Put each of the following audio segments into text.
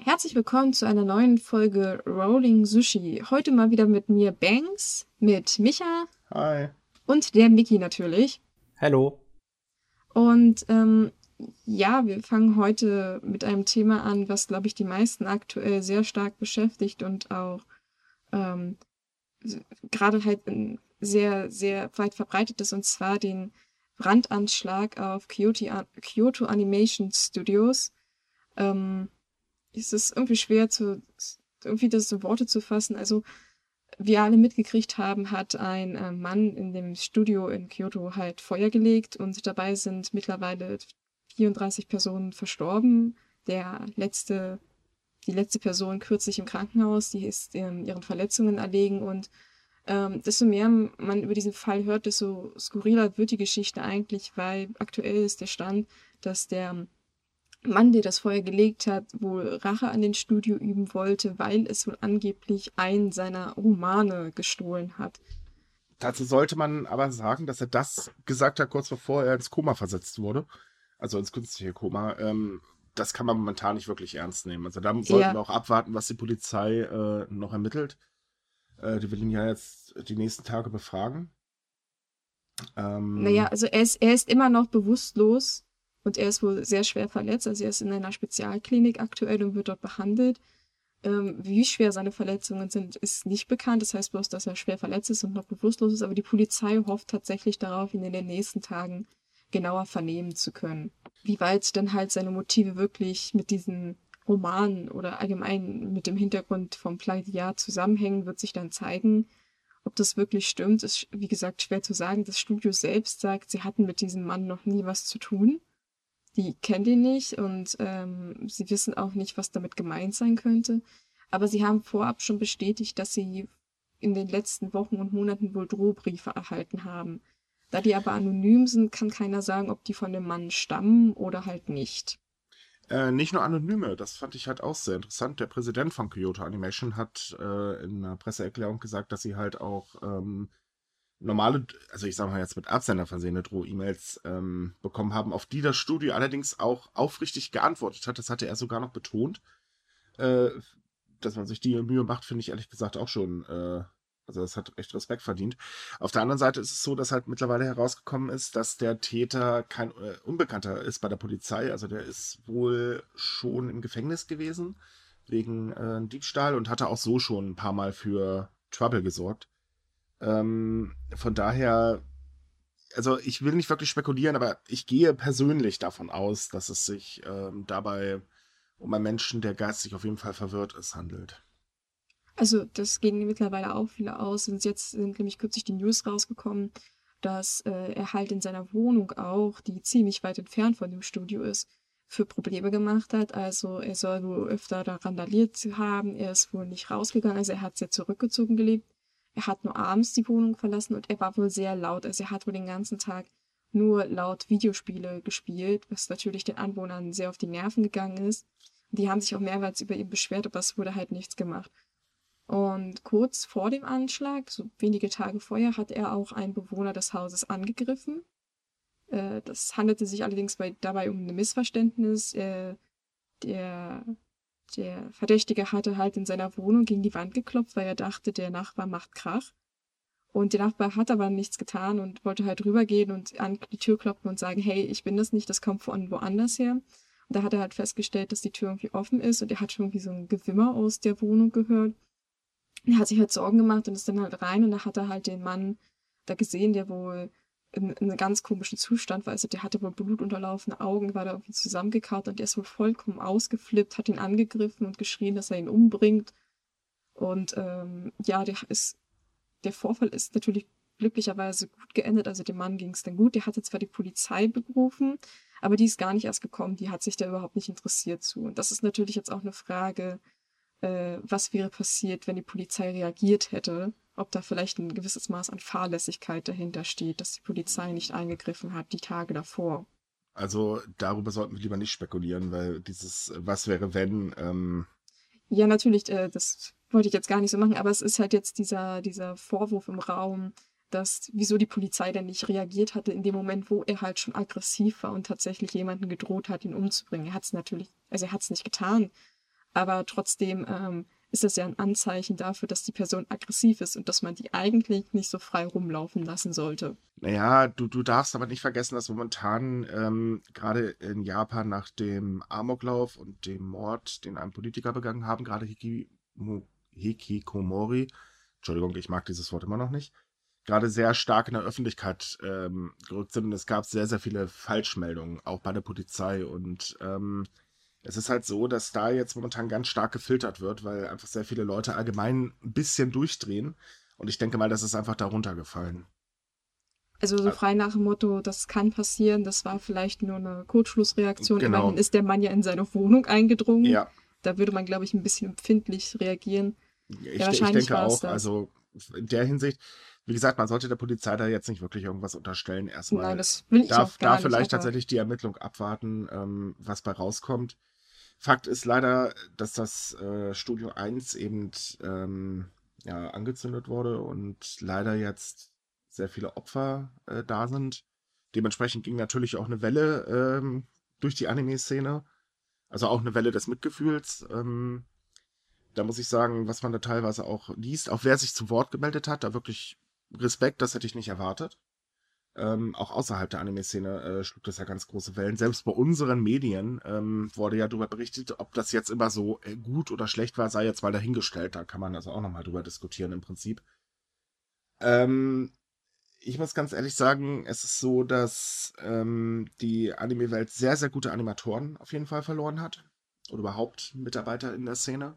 Herzlich willkommen zu einer neuen Folge Rolling Sushi. Heute mal wieder mit mir Banks, mit Micha Hi. und der Mickey natürlich. Hallo. Und ja, wir fangen heute mit einem Thema an, was, glaube ich, die meisten aktuell sehr stark beschäftigt und auch ähm, gerade halt sehr, sehr weit verbreitet ist, und zwar den Brandanschlag auf Kyoto Animation Studios. Ähm, Es ist irgendwie schwer irgendwie das in Worte zu fassen. Also, wie wir alle mitgekriegt haben, hat ein Mann in dem Studio in Kyoto halt Feuer gelegt und dabei sind mittlerweile 34 Personen verstorben. Die letzte Person kürzlich im Krankenhaus, die ist ihren Verletzungen erlegen, und desto mehr man über diesen Fall hört, desto skurriler wird die Geschichte eigentlich, weil aktuell ist der Stand, dass der Mann, der das Feuer gelegt hat, wohl Rache an den Studio üben wollte, weil es wohl angeblich einen seiner Romane gestohlen hat. Dazu sollte man aber sagen, dass er das gesagt hat, kurz bevor er ins Koma versetzt wurde. Also ins künstliche Koma. Das kann man momentan nicht wirklich ernst nehmen. Also da sollten Ja, wir auch abwarten, was die Polizei noch ermittelt. Die will ihn ja jetzt die nächsten Tage befragen. naja, Ähm, also er ist immer noch bewusstlos und er ist wohl sehr schwer verletzt. Also er ist in einer Spezialklinik aktuell und wird dort behandelt. Wie schwer seine Verletzungen sind, ist nicht bekannt. Das heißt bloß, dass er schwer verletzt ist und noch bewusstlos ist. Aber die Polizei hofft tatsächlich darauf, ihn in den nächsten Tagen genauer vernehmen zu können. Wie weit dann halt seine Motive wirklich mit diesen Romanen oder allgemein mit dem Hintergrund vom Plagiat zusammenhängen, wird sich dann zeigen. Ob das wirklich stimmt, ist, wie gesagt, schwer zu sagen. Das Studio selbst sagt, sie hatten mit diesem Mann noch nie was zu tun. Die kennen ihn nicht und sie wissen auch nicht, was damit gemeint sein könnte. Aber sie haben vorab schon bestätigt, dass sie in den letzten Wochen und Monaten wohl Drohbriefe erhalten haben. Da die aber anonym sind, kann keiner sagen, ob die von dem Mann stammen oder halt nicht. Nicht nur Anonyme, das fand ich halt auch sehr interessant. Der Präsident von Kyoto Animation hat in einer Presseerklärung gesagt, dass sie halt auch normale, also ich sage mal jetzt mit Absender versehene Droh-E-Mails bekommen haben, auf die das Studio allerdings auch aufrichtig geantwortet hat. Das hatte er sogar noch betont. Äh, Dass man sich die Mühe macht, finde ich ehrlich gesagt auch schon, also das hat echt Respekt verdient. Auf der anderen Seite ist es so, dass halt mittlerweile herausgekommen ist, dass der Täter kein Unbekannter ist bei der Polizei. Also der ist wohl schon im Gefängnis gewesen wegen Diebstahl und hatte auch so schon ein paar Mal für Trouble gesorgt. Von daher, also ich will nicht wirklich spekulieren, aber ich gehe persönlich davon aus, dass es sich dabei um einen Menschen, der geistig auf jeden Fall verwirrt ist, handelt. Also das gehen mittlerweile auch viele aus. Und jetzt sind nämlich kürzlich die News rausgekommen, dass er halt in seiner Wohnung auch, die ziemlich weit entfernt von dem Studio ist, für Probleme gemacht hat. Also er soll wohl öfter da randaliert haben. Er ist wohl nicht rausgegangen. Also er hat sehr zurückgezogen gelebt. Er hat nur abends die Wohnung verlassen und er war wohl sehr laut. Also er hat wohl den ganzen Tag nur laut Videospiele gespielt, was natürlich den Anwohnern sehr auf die Nerven gegangen ist. Die haben sich auch mehrmals über ihn beschwert, aber es wurde halt nichts gemacht. Und kurz vor dem Anschlag, so wenige Tage vorher, hat er auch einen Bewohner des Hauses angegriffen. Das handelte sich allerdings dabei um ein Missverständnis. Der, der Verdächtige hatte halt in seiner Wohnung gegen die Wand geklopft, weil er dachte, der Nachbar macht Krach. Und der Nachbar hat aber nichts getan und wollte halt rübergehen und an die Tür klopfen und sagen, hey, ich bin das nicht, das kommt von woanders her. Und da hat er halt festgestellt, dass die Tür irgendwie offen ist und er hat schon irgendwie so ein Gewimmer aus der Wohnung gehört. Er hat sich halt Sorgen gemacht und ist dann halt rein, und da hat er halt den Mann da gesehen, der wohl in einem ganz komischen Zustand war. Also der hatte wohl blutunterlaufene Augen, war da irgendwie zusammengekarrt und der ist wohl vollkommen ausgeflippt, hat ihn angegriffen und geschrien, dass er ihn umbringt. Und ja, der Vorfall ist natürlich glücklicherweise gut geendet. Also dem Mann ging es dann gut. Der hatte zwar die Polizei berufen, aber die ist gar nicht erst gekommen. Die hat sich da überhaupt nicht interessiert zu. Und das ist natürlich jetzt auch eine Frage, was wäre passiert, wenn die Polizei reagiert hätte, ob da vielleicht ein gewisses Maß an Fahrlässigkeit dahinter steht, dass die Polizei nicht eingegriffen hat die Tage davor. Also darüber sollten wir lieber nicht spekulieren, weil dieses Was wäre wenn, Ja, natürlich, das wollte ich jetzt gar nicht so machen, aber es ist halt jetzt dieser Vorwurf im Raum, dass wieso die Polizei denn nicht reagiert hatte in dem Moment, wo er halt schon aggressiv war und tatsächlich jemanden gedroht hat, ihn umzubringen. Er hat es natürlich, also er hat es nicht getan, aber trotzdem ist das ja ein Anzeichen dafür, dass die Person aggressiv ist und dass man die eigentlich nicht so frei rumlaufen lassen sollte. Naja, du darfst aber nicht vergessen, dass momentan gerade in Japan nach dem Amoklauf und dem Mord, den ein Politiker begangen haben, gerade Hikikomori, Entschuldigung, ich mag dieses Wort immer noch nicht, gerade sehr stark in der Öffentlichkeit gerückt sind und es gab sehr, sehr viele Falschmeldungen, auch bei der Polizei und es ist halt so, dass da jetzt momentan ganz stark gefiltert wird, weil einfach sehr viele Leute allgemein ein bisschen durchdrehen und ich denke mal, das ist einfach darunter gefallen. Also so frei nach dem Motto, das kann passieren, das war vielleicht nur eine Kurzschlussreaktion. Immerhin Genau, ist der Mann ja in seine Wohnung eingedrungen. ja. Da würde man, glaube ich, ein bisschen empfindlich reagieren. Ja, Ich wahrscheinlich denke war es auch, das. also in der Hinsicht, wie gesagt, man sollte der Polizei da jetzt nicht wirklich irgendwas unterstellen. Nein, Erstmal das will ich auch da gar nicht, vielleicht aber tatsächlich die Ermittlung abwarten, was bei rauskommt. Fakt ist leider, dass das Studio 1 eben ja, angezündet wurde und leider jetzt sehr viele Opfer da sind. Dementsprechend ging natürlich auch eine Welle durch die Anime-Szene, also auch eine Welle des Mitgefühls. Da muss ich sagen, was man da teilweise auch liest, auch wer sich zu Wort gemeldet hat, da wirklich Respekt, das hätte ich nicht erwartet. Auch außerhalb der Anime-Szene schlug das ja ganz große Wellen. Selbst bei unseren Medien wurde ja darüber berichtet, ob das jetzt immer so gut oder schlecht war, sei jetzt mal dahingestellt. Da kann man also auch nochmal drüber diskutieren im Prinzip. Ähm, Ich muss ganz ehrlich sagen, es ist so, dass die Anime-Welt sehr, sehr gute Animatoren auf jeden Fall verloren hat. Oder überhaupt Mitarbeiter in der Szene.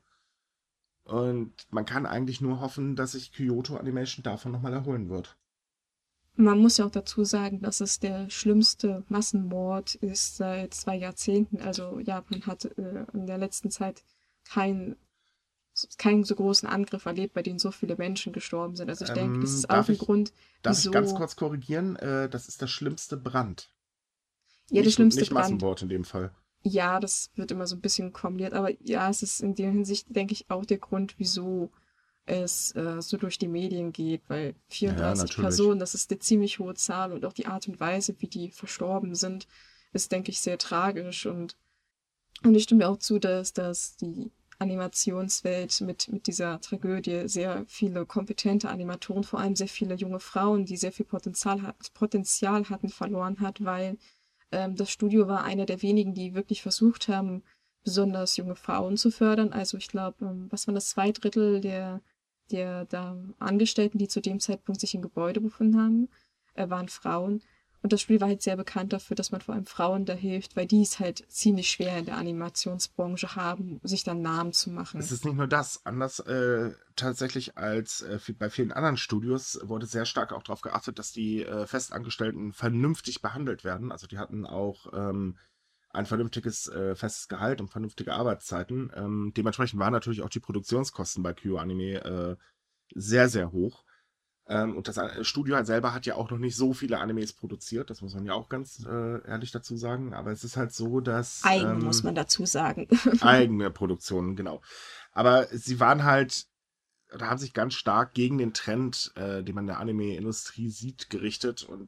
Und man kann eigentlich nur hoffen, dass sich Kyoto Animation davon nochmal erholen wird. man muss ja auch dazu sagen, dass es der schlimmste Massenmord ist seit 2 Jahrzehnten. Also Japan hat in der letzten Zeit keinen keinen so großen Angriff erlebt, bei dem so viele Menschen gestorben sind. Also ich denke, das ist auch Darf ein ich, Grund, darf ich ganz wieso, kurz korrigieren? Das ist der schlimmste Brand. ja, der schlimmste Nicht Brand. Massenmord in dem Fall. Ja, das wird immer so ein bisschen kombiniert, aber ja, es ist in der Hinsicht, denke ich, auch der Grund, wieso es so durch die Medien geht, weil Ja, 34 natürlich. Personen, das ist eine ziemlich hohe Zahl und auch die Art und Weise, wie die verstorben sind, ist, denke ich, sehr tragisch und ich stimme auch zu, dass die Animationswelt mit dieser Tragödie sehr viele kompetente Animatoren, vor allem sehr viele junge Frauen, die sehr viel Potenzial hatten, verloren hat, weil das Studio war einer der wenigen, die wirklich versucht haben, besonders junge Frauen zu fördern. Also ich glaube, was waren das 2 Drittel der da Angestellten, die zu dem Zeitpunkt sich im Gebäude befunden haben, waren Frauen. Und das Spiel war halt sehr bekannt dafür, dass man vor allem Frauen da hilft, weil die es halt ziemlich schwer in der Animationsbranche haben, sich dann Namen zu Es machen. ist nicht nur das. Anders tatsächlich als bei vielen anderen Studios wurde sehr stark auch darauf geachtet, dass die Festangestellten vernünftig behandelt werden. Also die hatten auch ein vernünftiges festes Gehalt und vernünftige Arbeitszeiten. Dementsprechend waren natürlich auch die Produktionskosten bei Kyo Anime sehr, sehr hoch. Und das Studio halt selber hat ja auch noch nicht so viele Animes produziert, das muss man ja auch ganz ehrlich dazu sagen. Aber es ist halt so, dass Eigen, muss man dazu sagen. eigene Produktionen, genau. Aber sie waren halt, oder haben sich ganz stark gegen den Trend, den man in der Anime-Industrie sieht, gerichtet. Und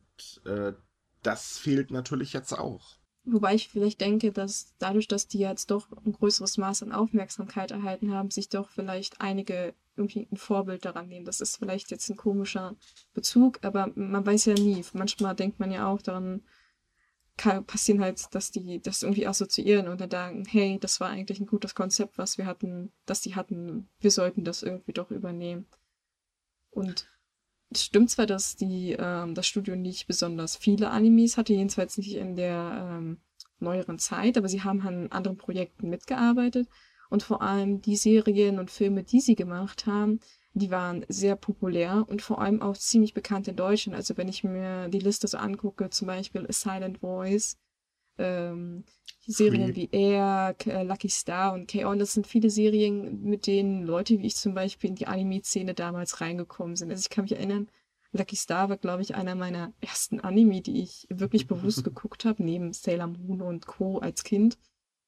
das fehlt natürlich jetzt auch. Wobei ich vielleicht denke, dass dadurch, dass die jetzt doch ein größeres Maß an Aufmerksamkeit erhalten haben, sich doch vielleicht einige irgendwie ein Vorbild daran nehmen. Das ist vielleicht jetzt ein komischer Bezug, aber man weiß ja nie. Manchmal denkt man ja auch daran, kann passieren halt, dass die das irgendwie assoziieren und dann sagen, hey, das war eigentlich ein gutes Konzept, was wir hatten, dass die hatten, wir sollten das irgendwie doch übernehmen. Und es stimmt zwar, dass das Studio nicht besonders viele Animes hatte, jedenfalls nicht in der neueren Zeit, aber sie haben an anderen Projekten mitgearbeitet und vor allem die Serien und Filme, die sie gemacht haben, die waren sehr populär und vor allem auch ziemlich bekannt in Deutschland. Also wenn ich mir die Liste so angucke, zum Beispiel A Silent Voice, ähm, Serien Free. wie Air, Lucky Star und K-On, das sind viele Serien, mit denen Leute wie ich zum Beispiel in die Anime-Szene damals reingekommen sind. Also ich kann mich erinnern, Lucky Star war, glaube ich, einer meiner ersten Anime, die ich wirklich bewusst geguckt habe, neben Sailor Moon und Co. als Kind.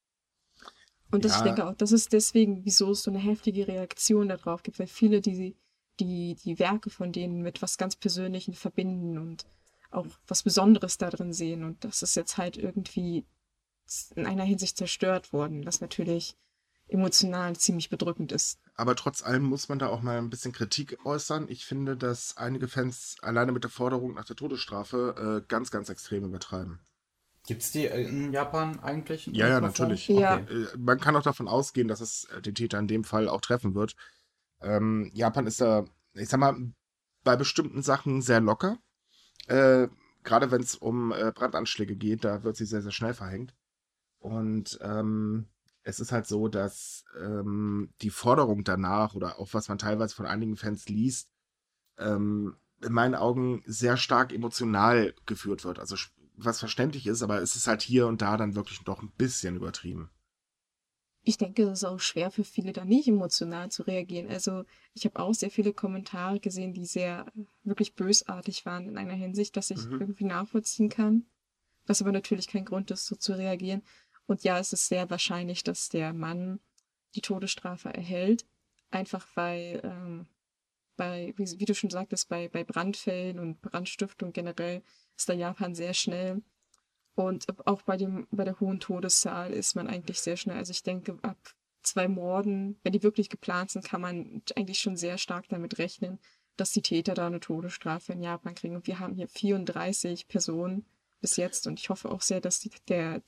Und das, ich Ja, denke auch, das ist deswegen, wieso es so eine heftige Reaktion darauf gibt, weil viele die Werke von denen mit was ganz Persönlichem verbinden und auch was Besonderes da drin sehen. Und das ist jetzt halt irgendwie in einer Hinsicht zerstört worden, was natürlich emotional ziemlich bedrückend ist. Aber trotz allem muss man da auch mal ein bisschen Kritik äußern. Ich finde, dass einige Fans alleine mit der Forderung nach der Todesstrafe ganz, ganz extrem übertreiben. Gibt es die in Japan eigentlich? Ja, ja, natürlich. Ja. Man kann auch davon ausgehen, dass es den Täter in dem Fall auch treffen wird. Japan ist da, ich sag mal, bei bestimmten Sachen sehr locker. Gerade wenn es um Brandanschläge geht, da wird sie sehr, sehr schnell verhängt. Und es ist halt so, dass die Forderung danach oder auch was man teilweise von einigen Fans liest, in meinen Augen sehr stark emotional geführt wird. Also was verständlich ist, aber es ist halt hier und da dann wirklich doch ein bisschen übertrieben. Ich denke, es ist auch schwer für viele, da nicht emotional zu reagieren. Also ich habe auch sehr viele Kommentare gesehen, die sehr wirklich bösartig waren in einer Hinsicht, dass ich irgendwie nachvollziehen kann. Was aber natürlich kein Grund ist, so zu reagieren. Und ja, es ist sehr wahrscheinlich, dass der Mann die Todesstrafe erhält. Einfach weil, wie du schon sagtest, bei Brandfällen und Brandstiftung generell ist da Japan sehr schnell. Und auch bei der hohen Todeszahl ist man eigentlich sehr schnell. Also ich denke, ab 2 Morden, wenn die wirklich geplant sind, kann man eigentlich schon sehr stark damit rechnen, dass die Täter da eine Todesstrafe in Japan kriegen. Und wir haben hier 34 Personen bis jetzt. Und ich hoffe auch sehr, dass die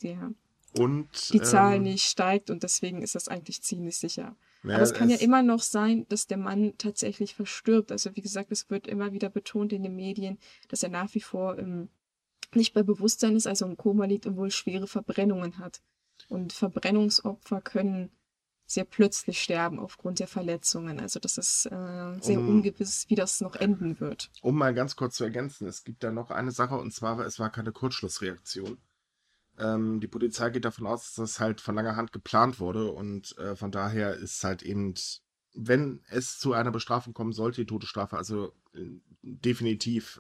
Zahl nicht steigt. Und deswegen ist das eigentlich ziemlich sicher. Ja, aber es kann ja immer noch sein, dass der Mann tatsächlich verstirbt. Also wie gesagt, es wird immer wieder betont in den Medien, dass er nach wie vor nicht bei Bewusstsein ist, also im Koma liegt und wohl schwere Verbrennungen hat. Und Verbrennungsopfer können sehr plötzlich sterben aufgrund der Verletzungen. Also das ist sehr ungewiss, wie das noch enden wird. Um mal ganz kurz zu ergänzen, es gibt da noch eine Sache, und zwar, es war keine Kurzschlussreaktion. Die Polizei geht davon aus, dass das halt von langer Hand geplant wurde und von daher ist halt eben, wenn es zu einer Bestrafung kommen sollte, die Todesstrafe, also definitiv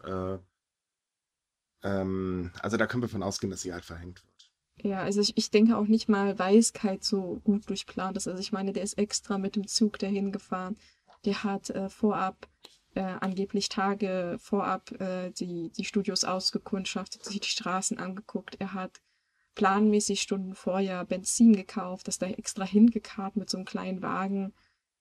also da können wir von ausgehen, dass sie halt verhängt wird. Ja, also ich denke auch nicht mal, weil Skype so gut durchplant ist. Also ich meine, der ist extra mit dem Zug dahin gefahren. Der hat angeblich Tage vorab die Studios ausgekundschaftet, sich die Straßen angeguckt. Er hat planmäßig Stunden vorher Benzin gekauft, das da extra hingekarrt mit so einem kleinen Wagen.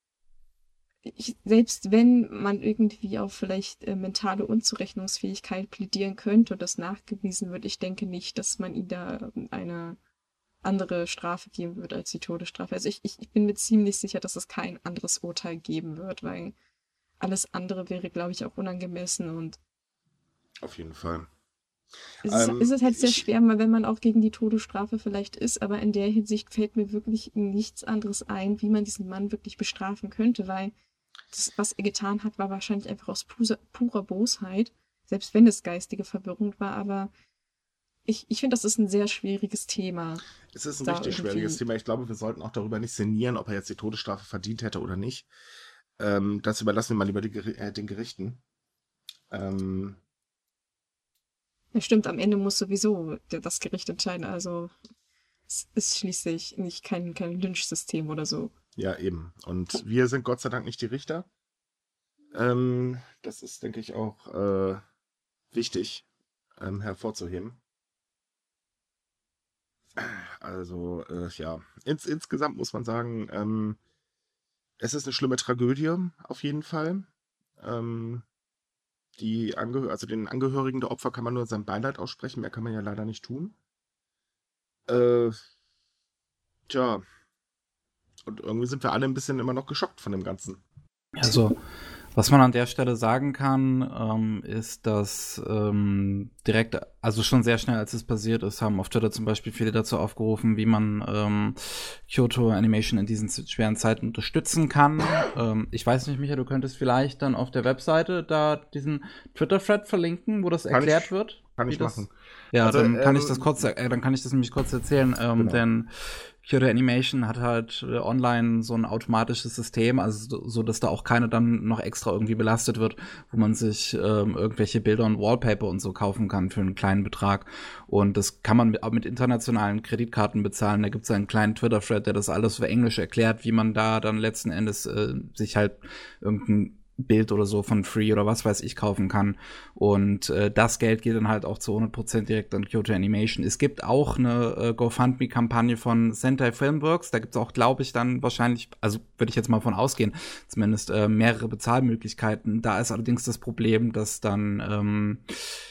Selbst wenn man irgendwie auf vielleicht mentale Unzurechnungsfähigkeit plädieren könnte und das nachgewiesen wird, ich denke nicht, dass man ihm da eine andere Strafe geben wird als die Todesstrafe. Also ich bin mir ziemlich sicher, dass es kein anderes Urteil geben wird, weil alles andere wäre, glaube ich, auch unangemessen und auf jeden Fall. Es ist halt sehr schwer, wenn man auch gegen die Todesstrafe vielleicht ist, aber in der Hinsicht fällt mir wirklich nichts anderes ein, wie man diesen Mann wirklich bestrafen könnte, weil das, was er getan hat, war wahrscheinlich einfach aus purer Bosheit, selbst wenn es geistige Verwirrung war, aber ich finde, das ist ein sehr schwieriges Thema. Es ist ein richtig schwieriges Thema. Ich glaube, wir sollten auch darüber nicht sinnieren, ob er jetzt die Todesstrafe verdient hätte oder nicht. Das überlassen wir mal lieber den Gerichten. Ja, stimmt, am Ende muss sowieso das Gericht entscheiden, also es ist schließlich nicht kein Lynchsystem oder so. Ja, eben. Und wir sind Gott sei Dank nicht die Richter. Das ist, denke ich, auch wichtig hervorzuheben. Also, ja. Insgesamt muss man sagen, es ist eine schlimme Tragödie, auf jeden Fall. Den Angehörigen der Opfer kann man nur sein Beileid aussprechen, mehr kann man ja leider nicht tun. Tja. Und irgendwie sind wir alle ein bisschen immer noch geschockt von dem Ganzen. Also, was man an der Stelle sagen kann, ist, dass direkt, also schon sehr schnell, als es passiert ist, haben auf Twitter zum Beispiel viele dazu aufgerufen, wie man Kyoto Animation in diesen schweren Zeiten unterstützen kann. Ich weiß nicht, Micha, du könntest vielleicht dann auf der Webseite da diesen Twitter-Thread verlinken, wo das erklärt wird. Kann ich machen. Ja, also, dann kann ich das nämlich kurz erzählen, genau. Denn Kyoto Animation hat halt online so ein automatisches System, also so, dass da auch keiner dann noch extra irgendwie belastet wird, wo man sich irgendwelche Bilder und Wallpaper und so kaufen kann für einen kleinen Betrag. Und das kann man mit internationalen Kreditkarten bezahlen. Da gibt es einen kleinen Twitter-Thread, der das alles für Englisch erklärt, wie man da dann letzten Endes sich halt irgendein Bild oder so von Free oder was weiß ich kaufen kann. Und das Geld geht dann halt auch zu 100% direkt an Kyoto Animation. Es gibt auch eine GoFundMe-Kampagne von Sentai Filmworks. Da gibt es auch, glaube ich, dann wahrscheinlich, also würde ich jetzt mal von ausgehen, zumindest mehrere Bezahlmöglichkeiten. Da ist allerdings das Problem, dass dann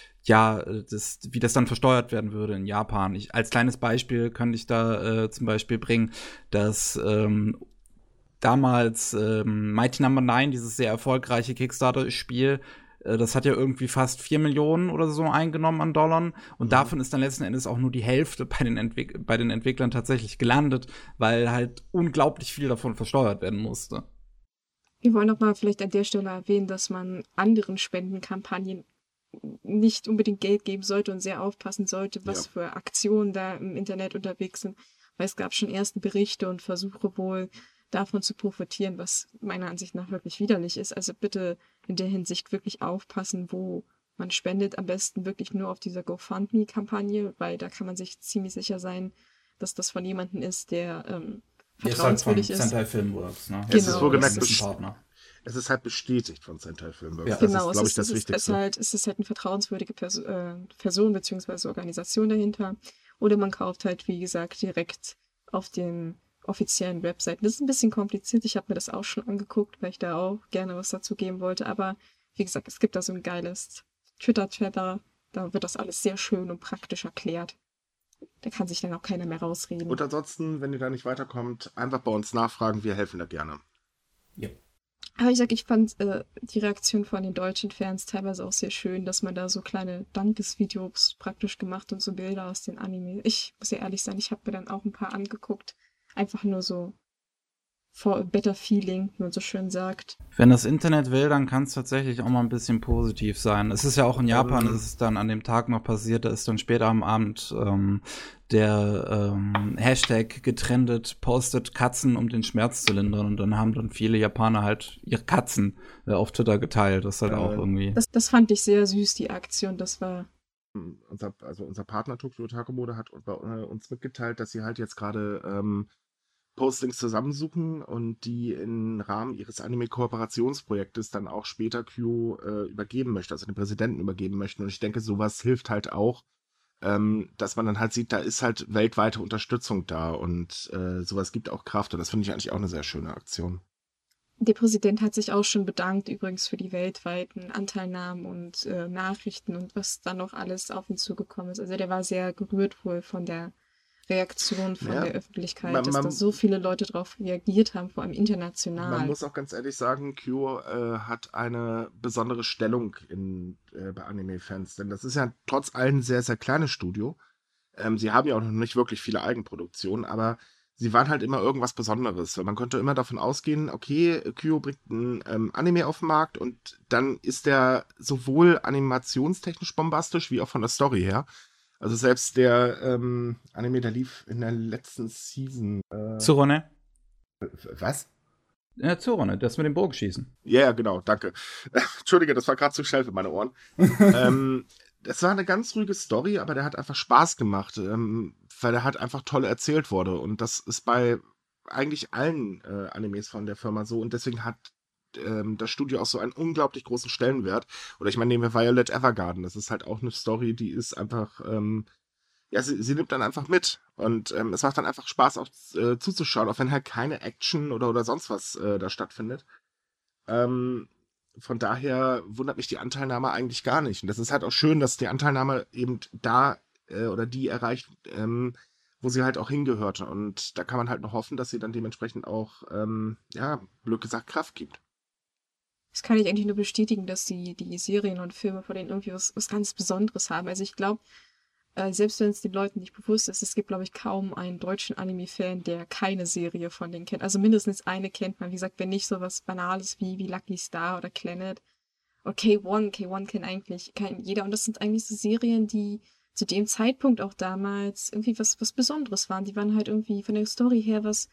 wie das dann versteuert werden würde in Japan. Als kleines Beispiel könnte ich da zum Beispiel bringen, dass damals Mighty Number 9, dieses sehr erfolgreiche Kickstarter-Spiel, das hat ja irgendwie fast 4 Millionen oder so eingenommen an Dollar. Und davon ist dann letzten Endes auch nur die Hälfte bei den Entwicklern tatsächlich gelandet, weil halt unglaublich viel davon versteuert werden musste. Wir wollen auch mal vielleicht an der Stelle erwähnen, dass man anderen Spendenkampagnen nicht unbedingt Geld geben sollte und sehr aufpassen sollte, was für Aktionen da im Internet unterwegs sind. Weil es gab schon erste Berichte und Versuche wohl, davon zu profitieren, was meiner Ansicht nach wirklich widerlich ist. Also bitte in der Hinsicht wirklich aufpassen, wo man spendet. Am besten wirklich nur auf dieser GoFundMe-Kampagne, weil da kann man sich ziemlich sicher sein, dass das von jemandem ist, der vertrauenswürdig ist. Sentai Filmworks, ne? Genau, es ist wohlgemerkt Partner. Es ist halt bestätigt von Sentai Filmworks. Ja. Das genau, ist, glaube ich, das Wichtigste. Es ist halt eine vertrauenswürdige Person bzw. Organisation dahinter. Oder man kauft halt, wie gesagt, direkt auf den offiziellen Webseiten. Das ist ein bisschen kompliziert. Ich habe mir das auch schon angeguckt, weil ich da auch gerne was dazu geben wollte. Aber wie gesagt, es gibt da so ein geiles Twitter-Chatter. Da wird das alles sehr schön und praktisch erklärt. Da kann sich dann auch keiner mehr rausreden. Und ansonsten, wenn ihr da nicht weiterkommt, einfach bei uns nachfragen. Wir helfen da gerne. Ja. Aber ich fand die Reaktion von den deutschen Fans teilweise auch sehr schön, dass man da so kleine Dankesvideos praktisch gemacht und so Bilder aus den Anime. Ich muss ja ehrlich sein, ich habe mir dann auch ein paar angeguckt. Einfach nur so for a better feeling, wie man so schön sagt. Wenn das Internet will, dann kann es tatsächlich auch mal ein bisschen positiv sein. Es ist ja auch in Japan, ist es dann an dem Tag noch passiert, da ist dann später am Abend der Hashtag getrendet, postet Katzen, um den Schmerz zu lindern. Und dann haben dann viele Japaner halt ihre Katzen auf Twitter geteilt. Das ist halt auch irgendwie... Das fand ich sehr süß, die Aktion. Das war... Unser Partner Tokyo Otaku Mode hat bei uns mitgeteilt, dass sie halt jetzt gerade Postings zusammensuchen und die im Rahmen ihres Anime-Kooperationsprojektes dann auch später Q übergeben möchte, also den Präsidenten übergeben möchten. Und ich denke, sowas hilft halt auch, dass man dann halt sieht, da ist halt weltweite Unterstützung da und sowas gibt auch Kraft. Und das finde ich eigentlich auch eine sehr schöne Aktion. Der Präsident hat sich auch schon bedankt übrigens für die weltweiten Anteilnahmen und Nachrichten und was dann noch alles auf ihn zugekommen ist. Also der war sehr gerührt wohl von der Reaktion von der Öffentlichkeit, dass da so viele Leute drauf reagiert haben, vor allem international. Man muss auch ganz ehrlich sagen, Q hat eine besondere Stellung bei Anime-Fans, denn das ist ja trotz allem ein sehr, sehr kleines Studio. Sie haben ja auch noch nicht wirklich viele Eigenproduktionen, aber sie waren halt immer irgendwas Besonderes. Man konnte immer davon ausgehen, okay, Q bringt ein Anime auf den Markt und dann ist der sowohl animationstechnisch bombastisch wie auch von der Story her. Also selbst der Anime, der lief in der letzten Season. Tsurone? Was? Ja, Tsurone, das mit dem Bogenschießen. Ja, genau, danke. Entschuldige, das war gerade zu schnell für meine Ohren. Das war eine ganz ruhige Story, aber der hat einfach Spaß gemacht, weil der halt einfach toll erzählt wurde. Und das ist bei eigentlich allen Animes von der Firma so. Und deswegen hat das Studio auch so einen unglaublich großen Stellenwert. Oder ich meine, nehmen wir Violet Evergarden. Das ist halt auch eine Story, die ist einfach, sie nimmt dann einfach mit. Und es macht dann einfach Spaß auch zuzuschauen, auch wenn halt keine Action oder sonst was da stattfindet. Von daher wundert mich die Anteilnahme eigentlich gar nicht. Und das ist halt auch schön, dass die Anteilnahme eben da oder die erreicht, wo sie halt auch hingehört. Und da kann man halt noch hoffen, dass sie dann dementsprechend auch, blöd gesagt, Kraft gibt. Das kann ich eigentlich nur bestätigen, dass die Serien und Filme von denen irgendwie was ganz Besonderes haben. Also ich glaube, selbst wenn es den Leuten nicht bewusst ist, es gibt, glaube ich, kaum einen deutschen Anime-Fan, der keine Serie von denen kennt. Also mindestens eine kennt man. Wie gesagt, wenn nicht so was Banales wie Lucky Star oder Clannad. Oder K1. K1 kennt eigentlich jeder. Und das sind eigentlich so Serien, die zu dem Zeitpunkt auch damals irgendwie was Besonderes waren. Die waren halt irgendwie von der Story her was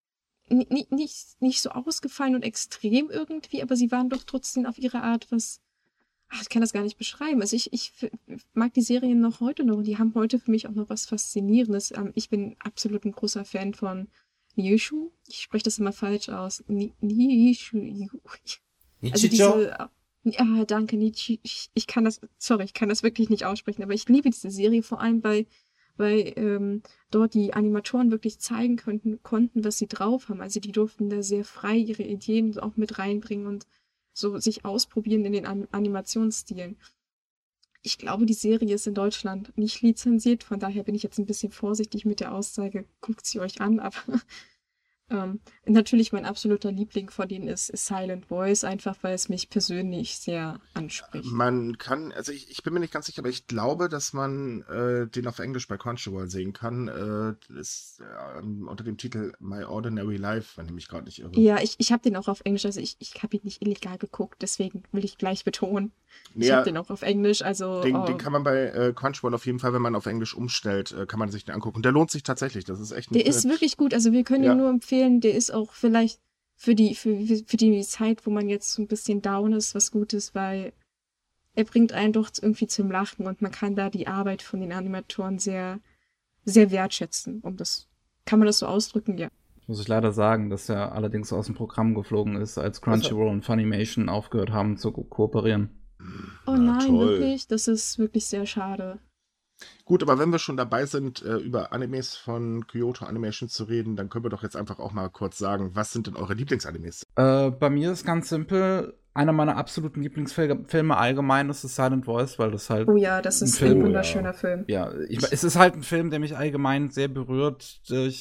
nicht so ausgefallen und extrem irgendwie, aber sie waren doch trotzdem auf ihre Art was. Ich kann das gar nicht beschreiben. Also ich mag die Serien noch heute noch und die haben heute für mich auch noch was Faszinierendes. Ich bin absolut ein großer Fan von Nyushu. Ich spreche das immer falsch aus. Nyushu. Also Nichijou? ja, danke, ich kann ich kann das wirklich nicht aussprechen, aber ich liebe diese Serie vor allem, weil dort die Animatoren wirklich zeigen konnten, was sie drauf haben. Also die durften da sehr frei ihre Ideen auch mit reinbringen und so sich ausprobieren in den Animationsstilen. Ich glaube, die Serie ist in Deutschland nicht lizenziert, von daher bin ich jetzt ein bisschen vorsichtig mit der Aussage, guckt sie euch an, aber natürlich mein absoluter Liebling von denen ist Silent Voice, einfach weil es mich persönlich sehr anspricht. Man kann, also ich bin mir nicht ganz sicher, aber ich glaube, dass man den auf Englisch bei Crunchyroll sehen kann. Ist unter dem Titel My Ordinary Life, wenn ich mich gerade nicht irre. Ja, ich habe den auch auf Englisch, also ich habe ihn nicht illegal geguckt, deswegen will ich gleich betonen. Ich habe Ja, den auch auf Englisch, also den kann man bei Crunchyroll auf jeden Fall, wenn man auf Englisch umstellt, kann man sich den angucken. Der lohnt sich tatsächlich. Das ist echt der ist wirklich gut. Also wir können ihn Ja. nur empfehlen. Der ist auch vielleicht für die Zeit, wo man jetzt so ein bisschen down ist, was Gutes, weil er bringt einen doch irgendwie zum Lachen und man kann da die Arbeit von den Animatoren sehr, sehr wertschätzen. Kann man das so ausdrücken? Ja. Muss ich leider sagen, dass er allerdings aus dem Programm geflogen ist, als Crunchyroll und Funimation aufgehört haben zu kooperieren. Oh Na, nein, toll. wirklich? Das ist wirklich sehr schade. Gut, aber wenn wir schon dabei sind, über Animes von Kyoto Animation zu reden, dann können wir doch jetzt einfach auch mal kurz sagen, was sind denn eure Lieblingsanimes? Bei mir ist ganz simpel, einer meiner absoluten Lieblingsfilme allgemein ist Silent Voice, weil das halt Oh ja, das ist Film, ein wunderschöner Film. ja, es ist halt ein Film, der mich allgemein sehr berührt,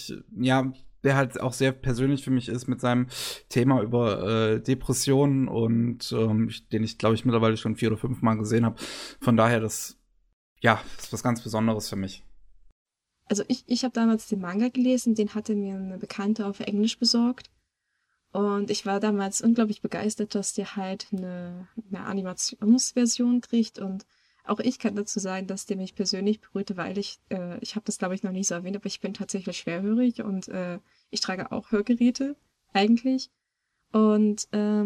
der halt auch sehr persönlich für mich ist mit seinem Thema über Depressionen und den ich, glaube ich, mittlerweile schon 4 oder 5 Mal gesehen habe. Von daher, das ist was ganz Besonderes für mich. Also ich habe damals den Manga gelesen, den hatte mir eine Bekannte auf Englisch besorgt. Und ich war damals unglaublich begeistert, dass der halt eine Animationsversion kriegt. Und auch ich kann dazu sagen, dass der mich persönlich berührte, weil ich habe das glaube ich noch nie so erwähnt, aber ich bin tatsächlich schwerhörig und ich trage auch Hörgeräte eigentlich. Und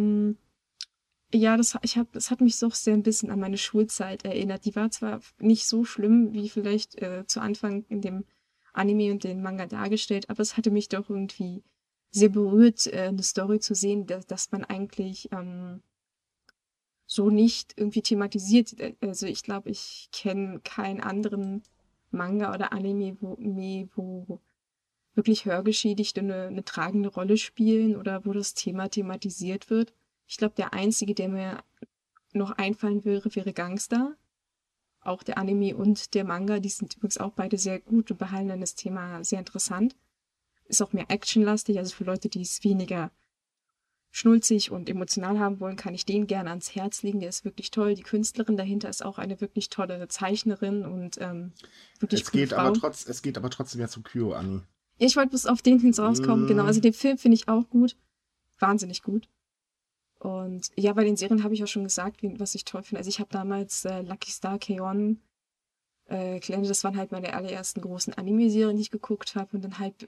ja, das hat mich so sehr ein bisschen an meine Schulzeit erinnert. Die war zwar nicht so schlimm wie vielleicht zu Anfang in dem Anime und den Manga dargestellt, aber es hatte mich doch irgendwie sehr berührt, eine Story zu sehen, dass man eigentlich so nicht irgendwie thematisiert. Also ich glaube, ich kenne keinen anderen Manga oder Anime, wo wirklich Hörgeschädigte eine tragende Rolle spielen oder wo das Thema thematisiert wird. Ich glaube, der einzige, der mir noch einfallen wäre Gangster. Auch der Anime und der Manga, die sind übrigens auch beide sehr gut und behandeln das Thema sehr interessant. Ist auch mehr actionlastig, also für Leute, die es weniger schnulzig und emotional haben wollen, kann ich den gerne ans Herz legen. Der ist wirklich toll. Die Künstlerin dahinter ist auch eine wirklich tolle Zeichnerin und wirklich Es coole geht, Frau. es geht aber trotzdem ja zum Kyo-Ani. Ja, ich wollte bis auf den hin rauskommen, genau. Also den Film finde ich auch gut. Wahnsinnig gut. Und ja, bei den Serien habe ich auch schon gesagt, was ich toll finde. Also ich habe damals Lucky Star K-On! Gelernt, das waren halt meine allerersten großen Anime-Serien, die ich geguckt habe. Und dann halt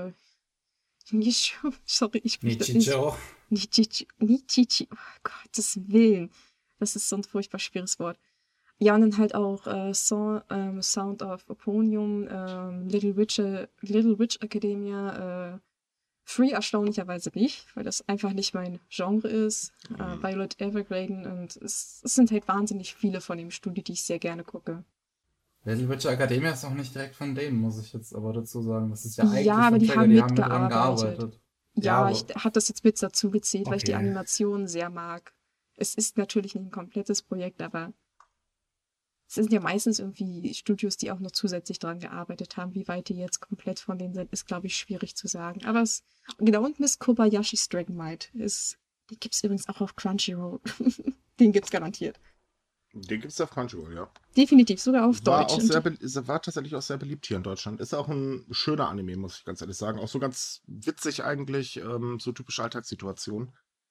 sorry, ich spreche das nicht. Nichijou? Nichichi, oh Gottes Willen. Das ist so ein furchtbar schweres Wort. Ja, und dann halt auch Sound of Oponium, Little Witch Academia, Free erstaunlicherweise nicht, weil das einfach nicht mein Genre ist. Violet Evergarden und es sind halt wahnsinnig viele von dem Studio, die ich sehr gerne gucke. Little Witch Academia ist auch nicht direkt von denen, muss ich jetzt aber dazu sagen. Das ist ja eigentlich Ja, aber von die Träger, haben die haben mit dran mitgearbeitet. gearbeitet. Ja, aber ich habe das jetzt mit dazu gezählt, weil ich die Okay. Animation sehr mag. Es ist natürlich nicht ein komplettes Projekt, aber es sind ja meistens irgendwie Studios, die auch noch zusätzlich daran gearbeitet haben. Wie weit die jetzt komplett von denen sind, ist, glaube ich, schwierig zu sagen. Aber da unten ist Kobayashi's Dragon Might. Die gibt es übrigens auch auf Crunchyroll. Den gibt's garantiert. Den gibt es auf Crunchyroll, ja. Definitiv, sogar auf War, Deutsch. auch Und war tatsächlich auch sehr beliebt hier in Deutschland. Ist auch ein schöner Anime, muss ich ganz ehrlich sagen. Auch so ganz witzig eigentlich, so typische Alltagssituation.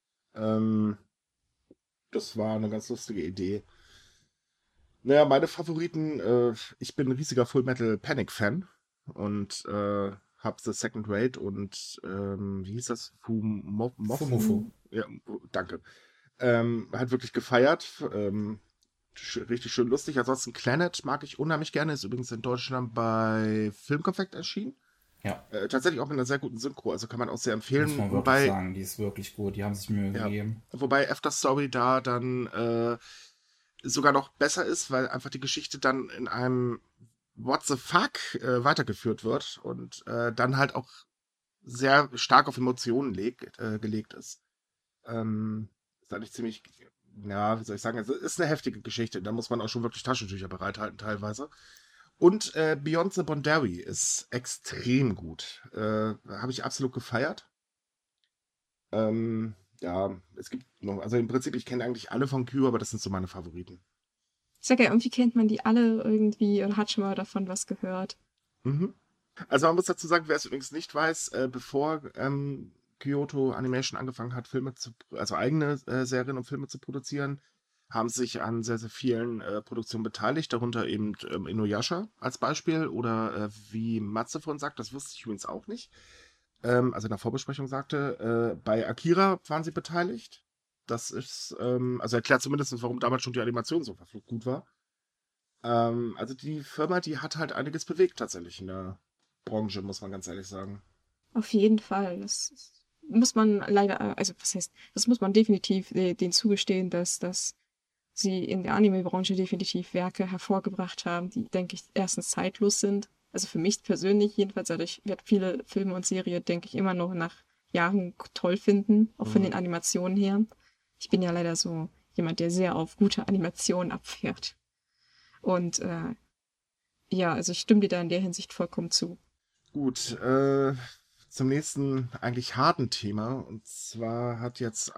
Das war eine ganz lustige Idee. Naja, meine Favoriten, ich bin ein riesiger Full Metal Panic Fan und hab The Second Raid und wie hieß das? Fumufu. Ja, danke. Halt wirklich gefeiert. Richtig schön lustig. Ansonsten Planet mag ich unheimlich gerne. Ist übrigens in Deutschland bei Filmkonfekt erschienen. Ja. Tatsächlich auch mit einer sehr guten Synchro, also kann man auch sehr empfehlen. Muss man wirklich sagen, die ist wirklich gut, die haben sich Mühe gegeben. Wobei After Story da dann sogar noch besser ist, weil einfach die Geschichte dann in einem What the fuck weitergeführt wird und dann halt auch sehr stark auf Emotionen gelegt ist. Ist eigentlich ziemlich, ja, wie soll ich sagen, also ist eine heftige Geschichte. Da muss man auch schon wirklich Taschentücher bereithalten teilweise. Und Beyond the Boundary ist extrem gut. Habe ich absolut gefeiert. Ja, es gibt noch, also im Prinzip, ich kenne eigentlich alle von Q, aber das sind so meine Favoriten. Ich sag ja, irgendwie kennt man die alle irgendwie oder hat schon mal davon was gehört. Mhm. Also man muss dazu sagen, wer es übrigens nicht weiß, bevor Kyoto Animation angefangen hat, also eigene Serien und Filme zu produzieren, haben sich an sehr, sehr vielen Produktionen beteiligt, darunter eben Inuyasha als Beispiel oder wie Matze vorhin sagt, das wusste ich übrigens auch nicht, also in der Vorbesprechung sagte, bei Akira waren sie beteiligt. Das ist, also erklärt zumindest, warum damals schon die Animation so verflucht gut war. Also die Firma, die hat halt einiges bewegt tatsächlich in der Branche, muss man ganz ehrlich sagen. Auf jeden Fall. Das muss man leider, also was heißt, das muss man definitiv denen zugestehen, dass sie in der Anime-Branche definitiv Werke hervorgebracht haben, die, denke ich, erstens zeitlos sind. Also für mich persönlich jedenfalls, also ich werde viele Filme und Serien, denke ich, immer noch nach Jahren toll finden, auch von den Animationen her. Ich bin ja leider so jemand, der sehr auf gute Animationen abfährt. Und ja, also ich stimme dir da in der Hinsicht vollkommen zu. Gut, zum nächsten eigentlich harten Thema. Und zwar hat jetzt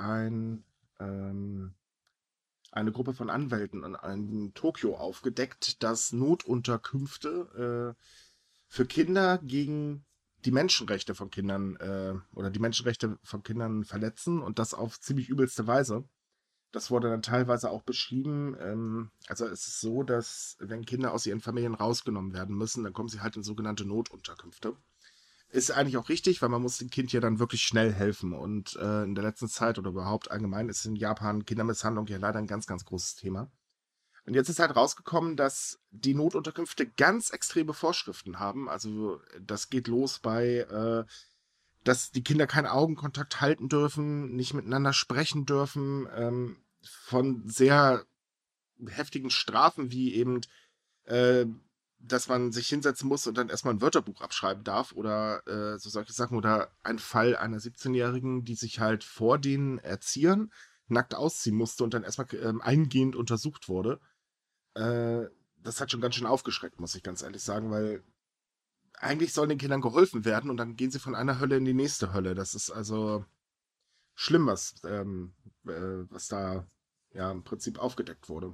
eine Gruppe von Anwälten in Tokio aufgedeckt, dass Notunterkünfte für Kinder gegen die Menschenrechte von Kindern oder die Menschenrechte von Kindern verletzen und das auf ziemlich übelste Weise. Das wurde dann teilweise auch beschrieben. Also es ist so, dass wenn Kinder aus ihren Familien rausgenommen werden müssen, dann kommen sie halt in sogenannte Notunterkünfte. Ist eigentlich auch richtig, weil man muss dem Kind ja dann wirklich schnell helfen. Und in der letzten Zeit oder überhaupt allgemein ist in Japan Kindermisshandlung ja leider ein ganz, ganz großes Thema. Und jetzt ist halt rausgekommen, dass die Notunterkünfte ganz extreme Vorschriften haben. Also das geht los bei, dass die Kinder keinen Augenkontakt halten dürfen, nicht miteinander sprechen dürfen, von sehr heftigen Strafen wie eben, dass man sich hinsetzen muss und dann erstmal ein Wörterbuch abschreiben darf oder so solche Sachen. Oder ein Fall einer 17-Jährigen, die sich halt vor den Erziehern nackt ausziehen musste und dann erstmal eingehend untersucht wurde. Das hat schon ganz schön aufgeschreckt, muss ich ganz ehrlich sagen, weil eigentlich sollen den Kindern geholfen werden und dann gehen sie von einer Hölle in die nächste Hölle. Das ist also schlimm, was da ja im Prinzip aufgedeckt wurde.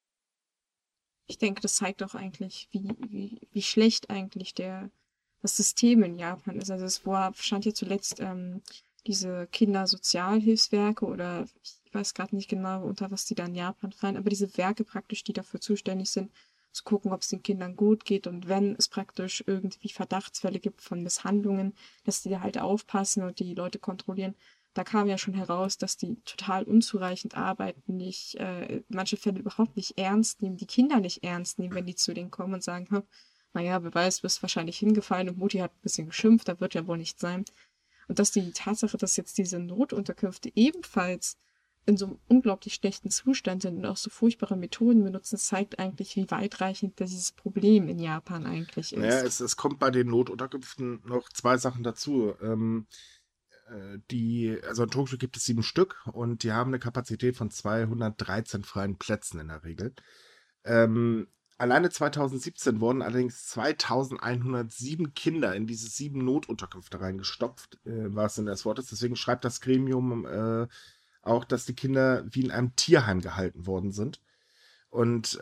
Ich denke, das zeigt auch eigentlich, wie schlecht eigentlich das System in Japan ist. Also es stand ja zuletzt diese Kindersozialhilfswerke oder ich weiß gerade nicht genau, unter was die da in Japan fallen, aber diese Werke praktisch, die dafür zuständig sind, zu gucken, ob es den Kindern gut geht und wenn es praktisch irgendwie Verdachtsfälle gibt von Misshandlungen, dass die da halt aufpassen und die Leute kontrollieren. Da kam ja schon heraus, dass die total unzureichend arbeiten, manche Fälle überhaupt nicht ernst nehmen, die Kinder nicht ernst nehmen, wenn die zu denen kommen und sagen, naja, wer weiß, du bist wahrscheinlich hingefallen und Mutti hat ein bisschen geschimpft, da wird ja wohl nicht sein. Und dass die Tatsache, dass jetzt diese Notunterkünfte ebenfalls in so einem unglaublich schlechten Zustand sind und auch so furchtbare Methoden benutzen, zeigt eigentlich, wie weitreichend dieses Problem in Japan eigentlich ist. Naja, es kommt bei den Notunterkünften noch zwei Sachen dazu. Also in Tokio gibt es 7 Stück und die haben eine Kapazität von 213 freien Plätzen in der Regel. Alleine 2017 wurden allerdings 2107 Kinder in diese 7 Notunterkünfte reingestopft, war es in des Wortes. Deswegen schreibt das Gremium auch, dass die Kinder wie in einem Tierheim gehalten worden sind. Und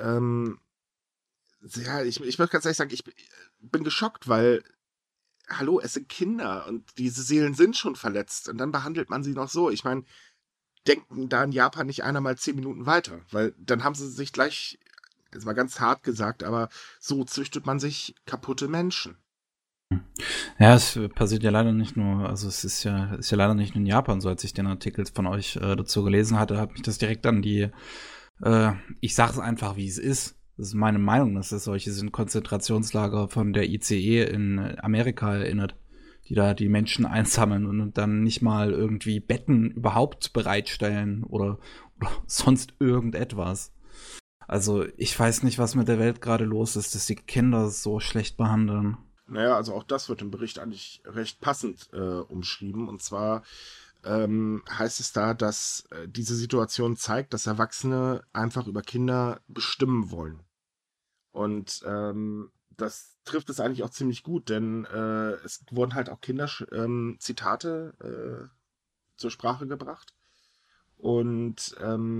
ja, ich möchte ganz ehrlich sagen, ich bin geschockt, weil hallo, es sind Kinder und diese Seelen sind schon verletzt und dann behandelt man sie noch so. Ich meine, denken da in Japan nicht einer mal 10 Minuten weiter, weil dann haben sie sich gleich, jetzt mal ganz hart gesagt, aber so züchtet man sich kaputte Menschen. Ja, es passiert ja leider nicht nur, also es ist ja leider nicht nur in Japan so. Als ich den Artikel von euch dazu gelesen hatte, hat mich das direkt an die, ich sag's einfach, wie es ist, Das ist meine Meinung, dass es solche sind, Konzentrationslager von der ICE in Amerika erinnert, die da die Menschen einsammeln und dann nicht mal irgendwie Betten überhaupt bereitstellen oder sonst irgendetwas. Also ich weiß nicht, was mit der Welt gerade los ist, dass die Kinder so schlecht behandeln. Naja, also auch das wird im Bericht eigentlich recht passend umschrieben. Und zwar heißt es da, dass diese Situation zeigt, dass Erwachsene einfach über Kinder bestimmen wollen. Und das trifft es eigentlich auch ziemlich gut, denn es wurden halt auch Zitate zur Sprache gebracht. Und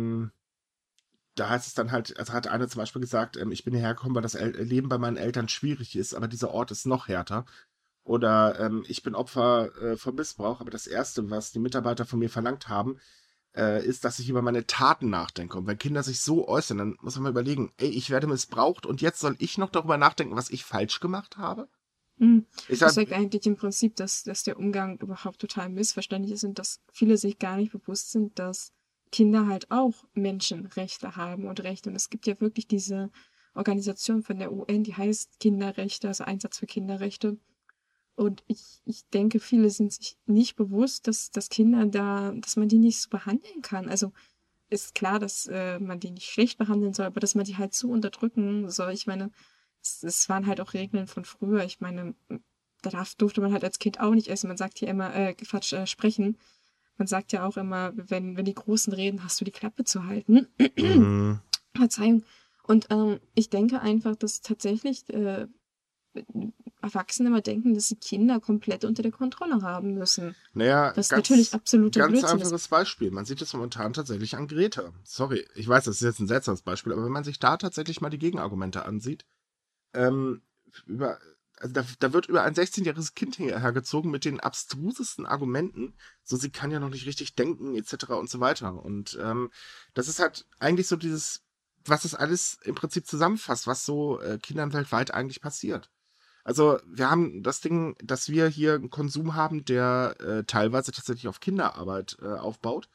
da heißt es dann halt, also hat einer zum Beispiel gesagt, ich bin hierher gekommen, weil das Leben bei meinen Eltern schwierig ist, aber dieser Ort ist noch härter. Oder ich bin Opfer von Missbrauch, aber das Erste, was die Mitarbeiter von mir verlangt haben, ist, dass ich über meine Taten nachdenke. Und wenn Kinder sich so äußern, dann muss man mal überlegen, ey, ich werde missbraucht und jetzt soll ich noch darüber nachdenken, was ich falsch gemacht habe? Das zeigt eigentlich im Prinzip, dass der Umgang überhaupt total missverständlich ist und dass viele sich gar nicht bewusst sind, dass Kinder halt auch Menschenrechte haben und Rechte. Und es gibt ja wirklich diese Organisation von der UN, die heißt Kinderrechte, also Einsatz für Kinderrechte. Und ich denke, viele sind sich nicht bewusst, dass Kinder dass man die nicht so behandeln kann. Also ist klar, dass man die nicht schlecht behandeln soll, aber dass man die halt so unterdrücken soll. Ich meine, es waren halt auch Regeln von früher. Ich meine, durfte man halt als Kind auch nicht essen. Man sagt hier immer, sprechen. Man sagt ja auch immer, wenn die Großen reden, hast du die Klappe zu halten. Verzeihung. Und ich denke einfach, dass tatsächlich Erwachsene immer denken, dass sie Kinder komplett unter der Kontrolle haben müssen. Naja, das ist natürlich absoluter ganz Blödsinn. Einfaches Beispiel. Man sieht es momentan tatsächlich an Greta. Sorry, ich weiß, das ist jetzt ein seltsames Beispiel, aber wenn man sich da tatsächlich mal die Gegenargumente ansieht, da wird über ein 16-jähriges Kind hergezogen mit den abstrusesten Argumenten, so sie kann ja noch nicht richtig denken, etc. und so weiter. Und das ist halt eigentlich so dieses, was das alles im Prinzip zusammenfasst, was so Kindern weltweit eigentlich passiert. Also wir haben das Ding, dass wir hier einen Konsum haben, der teilweise tatsächlich auf Kinderarbeit aufbaut.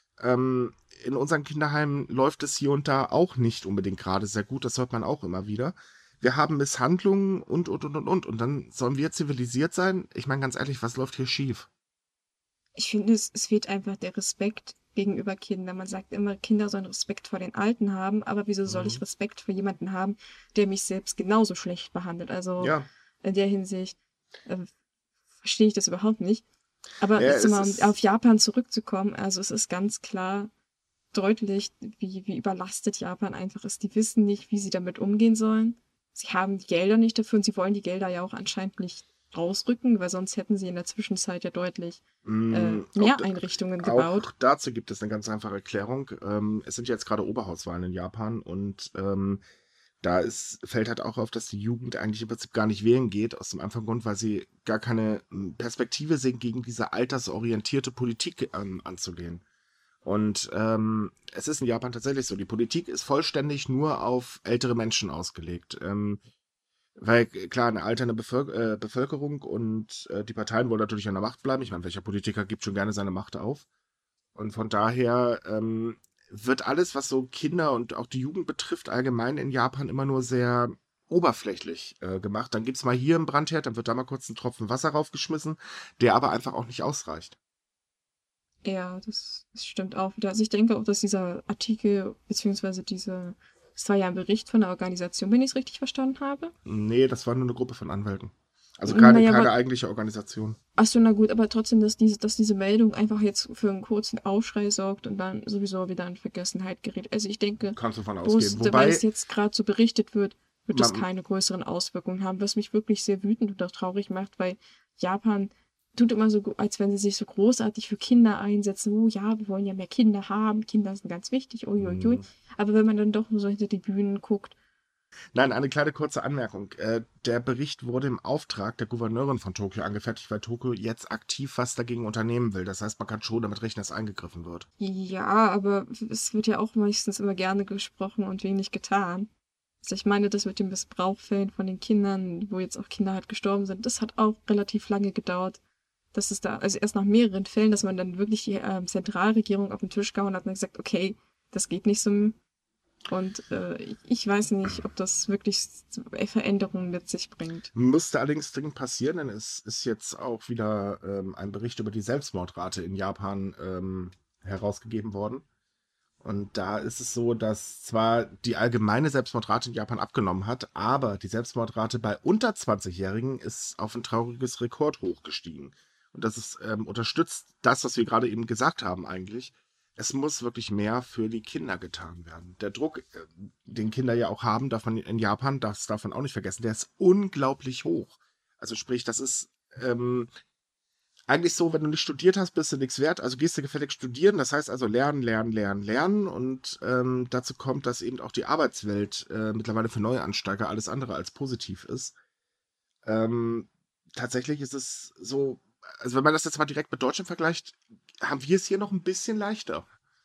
In unseren Kinderheimen läuft es hier und da auch nicht unbedingt gerade sehr gut, das hört man auch immer wieder. Wir haben Misshandlungen und. Und dann sollen wir zivilisiert sein? Ich meine, ganz ehrlich, was läuft hier schief? Ich finde, es fehlt einfach der Respekt gegenüber Kindern. Man sagt immer, Kinder sollen Respekt vor den Alten haben, aber wieso soll ich Respekt vor jemanden haben, der mich selbst genauso schlecht behandelt? Also Ja. in der Hinsicht verstehe ich das überhaupt nicht. Aber Ja, jetzt mal, um auf Japan zurückzukommen, also es ist ganz klar deutlich, wie überlastet Japan einfach ist. Die wissen nicht, wie sie damit umgehen sollen. Sie haben die Gelder nicht dafür und sie wollen die Gelder ja auch anscheinend nicht rausrücken, weil sonst hätten sie in der Zwischenzeit ja deutlich mehr Einrichtungen gebaut. Auch dazu gibt es eine ganz einfache Erklärung. Es sind jetzt gerade Oberhauswahlen in Japan und da fällt halt auch auf, dass die Jugend eigentlich im Prinzip gar nicht wählen geht, aus dem einfachen Grund, weil sie gar keine Perspektive sehen, gegen diese altersorientierte Politik anzugehen. Und es ist in Japan tatsächlich so, die Politik ist vollständig nur auf ältere Menschen ausgelegt. Weil klar, eine alternde Bevölkerung und die Parteien wollen natürlich an der Macht bleiben. Ich meine, welcher Politiker gibt schon gerne seine Macht auf? Und von daher wird alles, was so Kinder und auch die Jugend betrifft, allgemein in Japan immer nur sehr oberflächlich gemacht. Dann gibt es mal hier einen Brandherd, dann wird da mal kurz ein Tropfen Wasser raufgeschmissen, der aber einfach auch nicht ausreicht. Ja, das stimmt auch wieder. Also ich denke auch, dass dieser Artikel, beziehungsweise es war ja ein Bericht von der Organisation, wenn ich es richtig verstanden habe. Nee, das war nur eine Gruppe von Anwälten. Also keine eigentliche Organisation. Achso, na gut, aber trotzdem, dass diese Meldung einfach jetzt für einen kurzen Aufschrei sorgt und dann sowieso wieder in Vergessenheit gerät. Also ich denke, kannst du davon ausgehen. Weil es jetzt gerade so berichtet wird das keine größeren Auswirkungen haben, was mich wirklich sehr wütend und auch traurig macht, weil Japan tut immer so, als wenn sie sich so großartig für Kinder einsetzen. Oh ja, wir wollen ja mehr Kinder haben. Kinder sind ganz wichtig. Uiuiui. Aber wenn man dann doch nur so hinter die Bühnen guckt. Nein, eine kleine kurze Anmerkung. Der Bericht wurde im Auftrag der Gouverneurin von Tokio angefertigt, weil Tokio jetzt aktiv was dagegen unternehmen will. Das heißt, man kann schon damit rechnen, dass eingegriffen wird. Ja, aber es wird ja auch meistens immer gerne gesprochen und wenig getan. Also ich meine, das mit dem Missbrauchfällen von den Kindern, wo jetzt auch Kinder halt gestorben sind, das hat auch relativ lange gedauert. Das ist da, also erst nach mehreren Fällen, dass man dann wirklich die Zentralregierung auf den Tisch gehauen hat und gesagt, okay, das geht nicht so. Und ich weiß nicht, ob das wirklich Veränderungen mit sich bringt. Müsste allerdings dringend passieren, denn es ist jetzt auch wieder ein Bericht über die Selbstmordrate in Japan herausgegeben worden. Und da ist es so, dass zwar die allgemeine Selbstmordrate in Japan abgenommen hat, aber die Selbstmordrate bei unter 20-Jährigen ist auf ein trauriges Rekordhoch gestiegen. Und das ist, unterstützt das, was wir gerade eben gesagt haben eigentlich. Es muss wirklich mehr für die Kinder getan werden. Der Druck, den Kinder ja auch haben, darf man in Japan, das darf man auch nicht vergessen, der ist unglaublich hoch. Also sprich, das ist eigentlich so, wenn du nicht studiert hast, bist du nichts wert. Also gehst du gefällig studieren. Das heißt also lernen, lernen, lernen, lernen. Und dazu kommt, dass eben auch die Arbeitswelt mittlerweile für Neuansteiger alles andere als positiv ist. Tatsächlich ist es so, also wenn man das jetzt mal direkt mit Deutschland vergleicht, haben wir es hier noch ein bisschen leichter.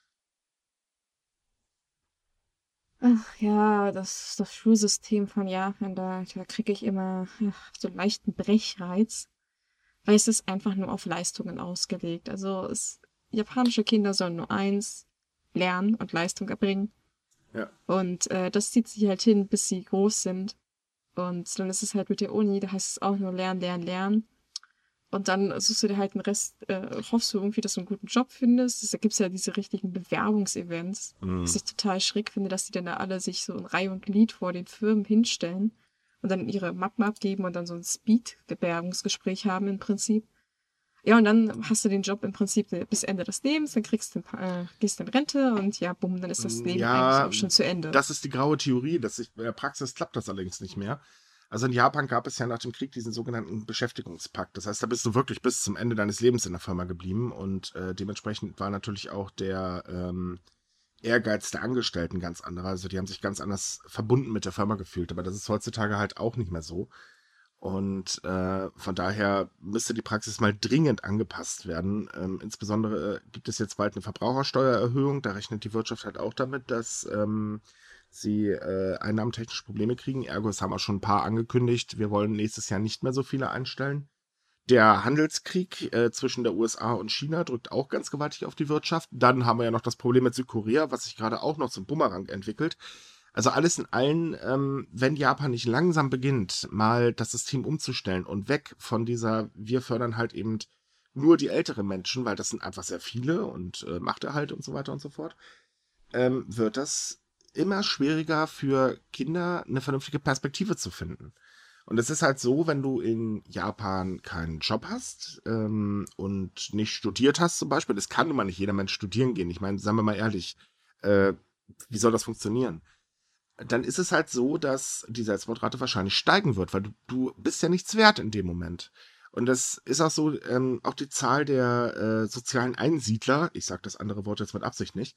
Ach ja, das Schulsystem von Japan, da kriege ich immer so einen leichten Brechreiz, weil es ist einfach nur auf Leistungen ausgelegt. Also japanische Kinder sollen nur eins, lernen und Leistung erbringen. Ja. Und das zieht sich halt hin, bis sie groß sind. Und dann ist es halt mit der Uni, da heißt es auch nur lernen, lernen, lernen. Und dann suchst du dir halt einen Rest, hoffst du irgendwie, dass du einen guten Job findest. Da gibt es ja diese richtigen Bewerbungsevents, was ich total schräg finde, dass die dann da alle sich so in Reihe und Glied vor den Firmen hinstellen und dann ihre Mappen abgeben und dann so ein Speed-Bewerbungsgespräch haben im Prinzip. Ja, und dann hast du den Job im Prinzip bis Ende des Lebens, dann gehst du in Rente und ja, bumm, dann ist das Leben eigentlich Ja, auch schon zu Ende. das ist die graue Theorie. In der Praxis klappt das allerdings nicht mehr. Also in Japan gab es ja nach dem Krieg diesen sogenannten Beschäftigungspakt. Das heißt, da bist du wirklich bis zum Ende deines Lebens in der Firma geblieben und dementsprechend war natürlich auch der Ehrgeiz der Angestellten ganz anderer. Also die haben sich ganz anders verbunden mit der Firma gefühlt. Aber das ist heutzutage halt auch nicht mehr so. Und von daher müsste die Praxis mal dringend angepasst werden. Insbesondere gibt es jetzt bald eine Verbrauchersteuererhöhung. Da rechnet die Wirtschaft halt auch damit, dass sie einnahmentechnisch Probleme kriegen. Ergo, es haben auch schon ein paar angekündigt, wir wollen nächstes Jahr nicht mehr so viele einstellen. Der Handelskrieg zwischen der USA und China drückt auch ganz gewaltig auf die Wirtschaft. Dann haben wir ja noch das Problem mit Südkorea, was sich gerade auch noch zum Bumerang entwickelt. Also alles in allem, wenn Japan nicht langsam beginnt, mal das System umzustellen und weg von dieser, wir fördern halt eben nur die älteren Menschen, weil das sind einfach sehr viele und Machterhalt und so weiter und so fort, wird das immer schwieriger für Kinder eine vernünftige Perspektive zu finden. Und es ist halt so, wenn du in Japan keinen Job hast und nicht studiert hast zum Beispiel, das kann immer nicht jeder Mensch studieren gehen. Ich meine, sagen wir mal ehrlich, wie soll das funktionieren? Dann ist es halt so, dass die Selbstmordrate wahrscheinlich steigen wird, weil du bist ja nichts wert in dem Moment. Und das ist auch so, auch die Zahl der sozialen Einsiedler, ich sage das andere Wort jetzt mit Absicht nicht,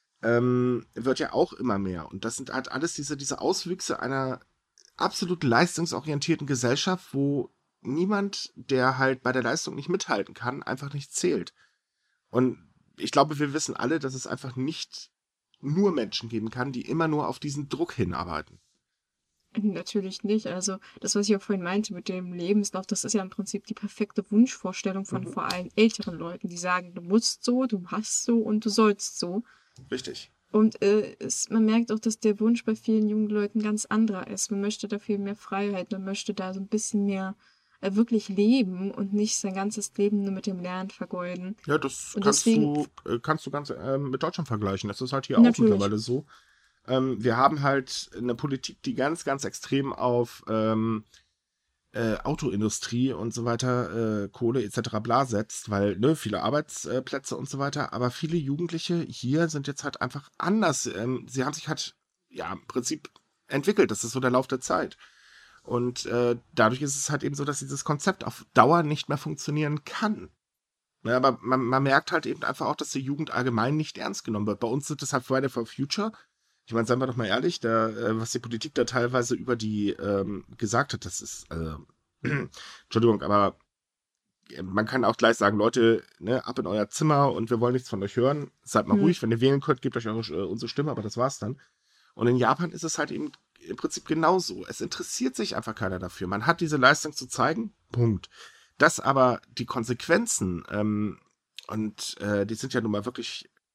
wird ja auch immer mehr. Und das sind halt alles diese Auswüchse einer absolut leistungsorientierten Gesellschaft, wo niemand, der halt bei der Leistung nicht mithalten kann, einfach nicht zählt. Und ich glaube, wir wissen alle, dass es einfach nicht nur Menschen geben kann, die immer nur auf diesen Druck hinarbeiten. Natürlich nicht. Also das, was ich auch vorhin meinte mit dem Lebenslauf, das ist ja im Prinzip die perfekte Wunschvorstellung von vor allem älteren Leuten, die sagen, du musst so, du hast so und du sollst so. Richtig. Und man merkt auch, dass der Wunsch bei vielen jungen Leuten ganz anderer ist. Man möchte da viel mehr Freiheit, man möchte da so ein bisschen mehr wirklich leben und nicht sein ganzes Leben nur mit dem Lernen vergeuden. Ja, das Und kannst deswegen, du ganz mit Deutschland vergleichen. Das ist halt hier auch natürlich, mittlerweile so. Wir haben halt eine Politik, die ganz, ganz extrem auf Autoindustrie und so weiter, Kohle etc. bla setzt, weil viele Arbeitsplätze und so weiter, aber viele Jugendliche hier sind jetzt halt einfach anders. Sie haben sich halt, ja, im Prinzip entwickelt. Das ist so der Lauf der Zeit. Und dadurch ist es halt eben so, dass dieses Konzept auf Dauer nicht mehr funktionieren kann. Ja, aber man merkt halt eben einfach auch, dass die Jugend allgemein nicht ernst genommen wird. Bei uns sind es halt Friday for Future. Ich meine, seien wir doch mal ehrlich, was die Politik da teilweise über die gesagt hat, das ist, Entschuldigung, aber man kann auch gleich sagen, Leute, ne, ab in euer Zimmer und wir wollen nichts von euch hören. Seid mal ruhig, wenn ihr wählen könnt, gebt euch unsere Stimme, aber das war's dann. Und in Japan ist es halt eben im Prinzip genauso. Es interessiert sich einfach keiner dafür. Man hat diese Leistung zu zeigen, Punkt. Das aber die Konsequenzen, die sind ja nun mal wirklich